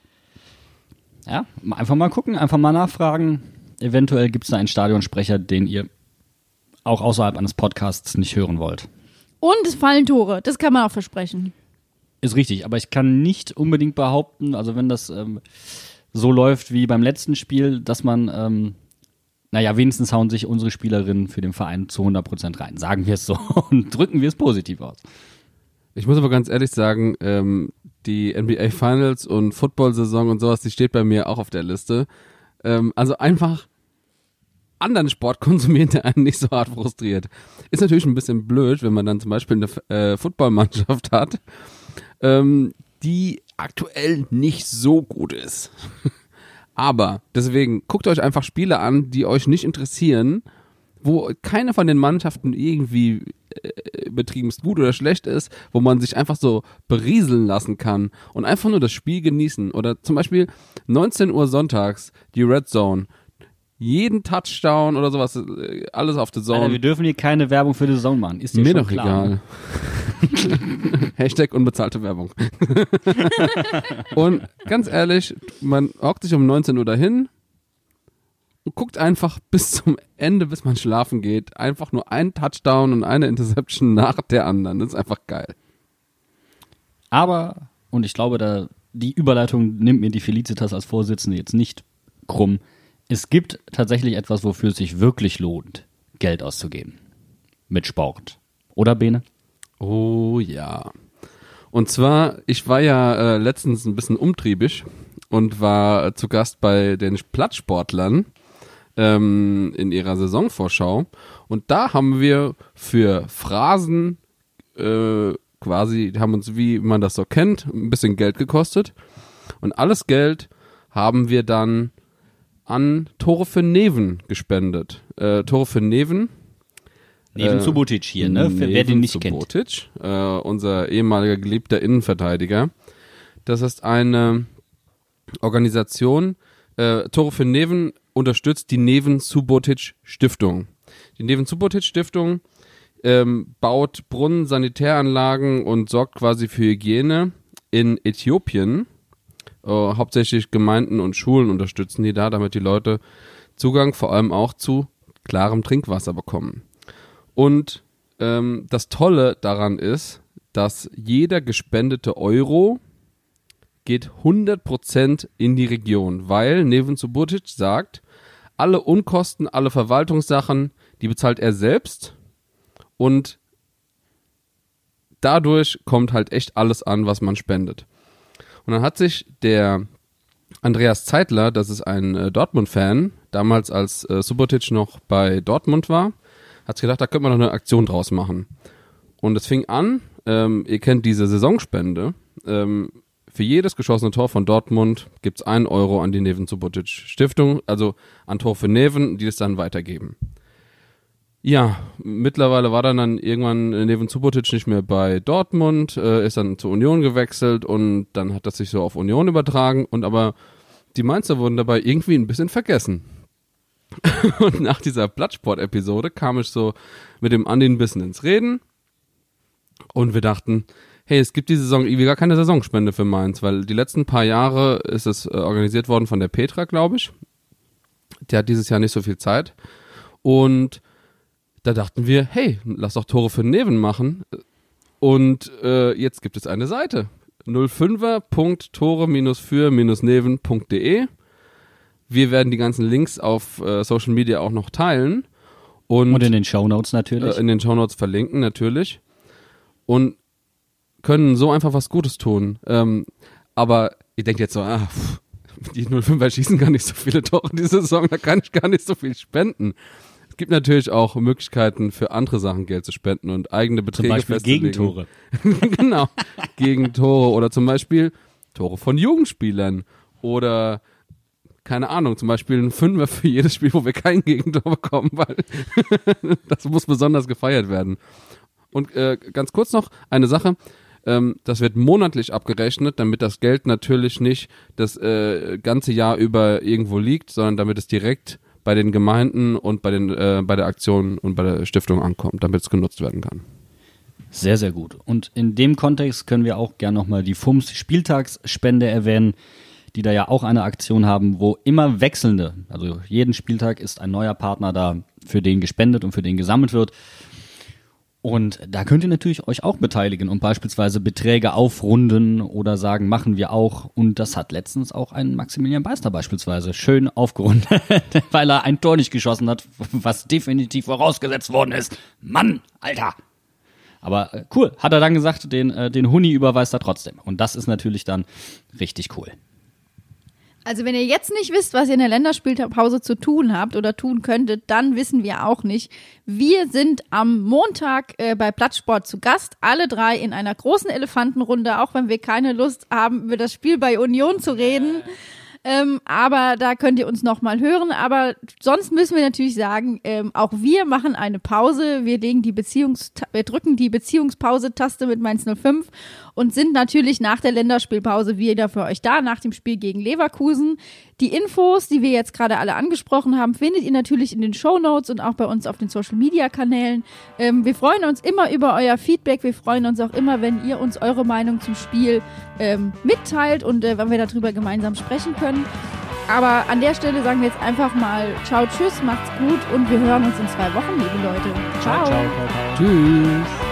Ja, einfach mal gucken, einfach mal nachfragen. Eventuell gibt es da einen Stadionsprecher, den ihr auch außerhalb eines Podcasts nicht hören wollt. Und es fallen Tore, das kann man auch versprechen. Ist richtig, aber ich kann nicht unbedingt behaupten, also wenn das ähm, so läuft wie beim letzten Spiel, dass man, ähm, naja, wenigstens hauen sich unsere Spielerinnen für den Verein zu hundert Prozent rein. Sagen wir es so und drücken wir es positiv aus. Ich muss aber ganz ehrlich sagen, ähm, die N B A Finals und Football-Saison und sowas, die steht bei mir auch auf der Liste. Ähm, also einfach anderen Sport konsumieren, der einen nicht so hart frustriert. Ist natürlich ein bisschen blöd, wenn man dann zum Beispiel eine äh, Footballmannschaft hat, ähm, die aktuell nicht so gut ist. Aber deswegen guckt euch einfach Spiele an, die euch nicht interessieren, wo keine von den Mannschaften irgendwie äh, betriebenst gut oder schlecht ist, wo man sich einfach so berieseln lassen kann und einfach nur das Spiel genießen. Oder zum Beispiel neunzehn Uhr sonntags, die Red Zone. Jeden Touchdown oder sowas, äh, alles auf The Zone. Alter, wir dürfen hier keine Werbung für The Zone machen. Ist dir Mir schon doch klar? egal. Hashtag unbezahlte Werbung. Und ganz ehrlich, man hockt sich um neunzehn Uhr dahin und guckt einfach bis zum Ende, bis man schlafen geht, einfach nur ein Touchdown und eine Interception nach der anderen. Das ist einfach geil. Aber, und ich glaube, da die Überleitung nimmt mir die Felicitas als Vorsitzende jetzt nicht krumm, es gibt tatsächlich etwas, wofür es sich wirklich lohnt, Geld auszugeben. Mit Sport. Oder, Bene? Oh ja. Und zwar, ich war ja äh, letztens ein bisschen umtriebig und war äh, zu Gast bei den Plattsportlern ähm, in ihrer Saisonvorschau. Und da haben wir für Phrasen äh, quasi, haben uns, wie man das so kennt, ein bisschen Geld gekostet. Und alles Geld haben wir dann an Tore für Neven gespendet. Äh, Tore für Neven. Neven Äh, Subotic hier, ne? Für wer den nicht kennt. Subotic, äh, unser ehemaliger geliebter Innenverteidiger. Das ist eine Organisation, äh, Tore für Neven unterstützt die Neven Subotic Stiftung. Die Neven Subotic Stiftung ähm, baut Brunnen, Sanitäranlagen und sorgt quasi für Hygiene in Äthiopien. Äh, hauptsächlich Gemeinden und Schulen unterstützen die da, damit die Leute Zugang vor allem auch zu klarem Trinkwasser bekommen. Und ähm, das Tolle daran ist, dass jeder gespendete Euro geht hundert Prozent in die Region, weil Neven Subotic sagt, alle Unkosten, alle Verwaltungssachen, die bezahlt er selbst und dadurch kommt halt echt alles an, was man spendet. Und dann hat sich der Andreas Zeitler, das ist ein äh, Dortmund-Fan, damals als äh, Subotic noch bei Dortmund war, hat sich gedacht, da könnte man noch eine Aktion draus machen. Und es fing an, ähm, ihr kennt diese Saisonspende, ähm, für jedes geschossene Tor von Dortmund gibt es einen Euro an die Neven Subotic Stiftung, also an Tor für Neven, die es dann weitergeben. Ja, mittlerweile war dann, dann irgendwann Neven Subotic nicht mehr bei Dortmund, äh, ist dann zur Union gewechselt und dann hat das sich so auf Union übertragen und aber die Mainzer wurden dabei irgendwie ein bisschen vergessen. Und nach dieser Plattsport-Episode kam ich so mit dem Andi ein bisschen ins Reden und wir dachten, hey, es gibt diese Saison irgendwie gar keine Saisonspende für Mainz, weil die letzten paar Jahre ist es äh, organisiert worden von der Petra, glaube ich. Die hat dieses Jahr nicht so viel Zeit und da dachten wir, hey, lass doch Tore für Neven machen und äh, jetzt gibt es eine Seite, null fünfer punkt tore für neven punkt de. Wir werden die ganzen Links auf äh, Social Media auch noch teilen. Und, Und in den Shownotes natürlich. Äh, in den Shownotes verlinken natürlich. Und können so einfach was Gutes tun. Ähm, aber ihr denkt jetzt so, ah, pff, die null fünfer schießen gar nicht so viele Tore diese Saison, da kann ich gar nicht so viel spenden. Es gibt natürlich auch Möglichkeiten für andere Sachen Geld zu spenden und eigene Beträge Zum Beispiel festzulegen. Gegentore. Genau, Gegentore oder zum Beispiel Tore von Jugendspielern oder keine Ahnung, zum Beispiel ein Fünfer für jedes Spiel, wo wir kein Gegentor bekommen, weil das muss besonders gefeiert werden. Und äh, ganz kurz noch eine Sache, ähm, das wird monatlich abgerechnet, damit das Geld natürlich nicht das äh, ganze Jahr über irgendwo liegt, sondern damit es direkt bei den Gemeinden und bei den äh, bei der Aktion und bei der Stiftung ankommt, damit es genutzt werden kann. Sehr, sehr gut. Und in dem Kontext können wir auch gerne nochmal die F U M S Spieltagsspende erwähnen, die da ja auch eine Aktion haben, wo immer wechselnde, also jeden Spieltag ist ein neuer Partner da, für den gespendet und für den gesammelt wird. Und da könnt ihr natürlich euch auch beteiligen und beispielsweise Beträge aufrunden oder sagen, machen wir auch. Und das hat letztens auch ein Maximilian Beister beispielsweise schön aufgerundet, weil er ein Tor nicht geschossen hat, was definitiv vorausgesetzt worden ist. Mann, Alter! Aber äh, cool, hat er dann gesagt, den, äh, den Huni überweist er trotzdem. Und das ist natürlich dann richtig cool. Also wenn ihr jetzt nicht wisst, was ihr in der Länderspielpause zu tun habt oder tun könntet, dann wissen wir auch nicht. Wir sind am Montag äh, bei Platzsport zu Gast, alle drei in einer großen Elefantenrunde, auch wenn wir keine Lust haben, über das Spiel bei Union zu reden. Ähm, aber da könnt ihr uns nochmal hören. Aber sonst müssen wir natürlich sagen, ähm, auch wir machen eine Pause. Wir legen die Beziehungs, wir drücken die Beziehungspause-Taste mit Mainz null fünf und sind natürlich nach der Länderspielpause wieder für euch da, nach dem Spiel gegen Leverkusen. Die Infos, die wir jetzt gerade alle angesprochen haben, findet ihr natürlich in den Shownotes und auch bei uns auf den Social-Media-Kanälen. Ähm, wir freuen uns immer über euer Feedback. Wir freuen uns auch immer, wenn ihr uns eure Meinung zum Spiel ähm, mitteilt und äh, wenn wir darüber gemeinsam sprechen können. Aber an der Stelle sagen wir jetzt einfach mal ciao, tschüss, macht's gut und wir hören uns in zwei Wochen, liebe Leute. Ciao. Ciao, ciao, ciao, ciao. Tschüss.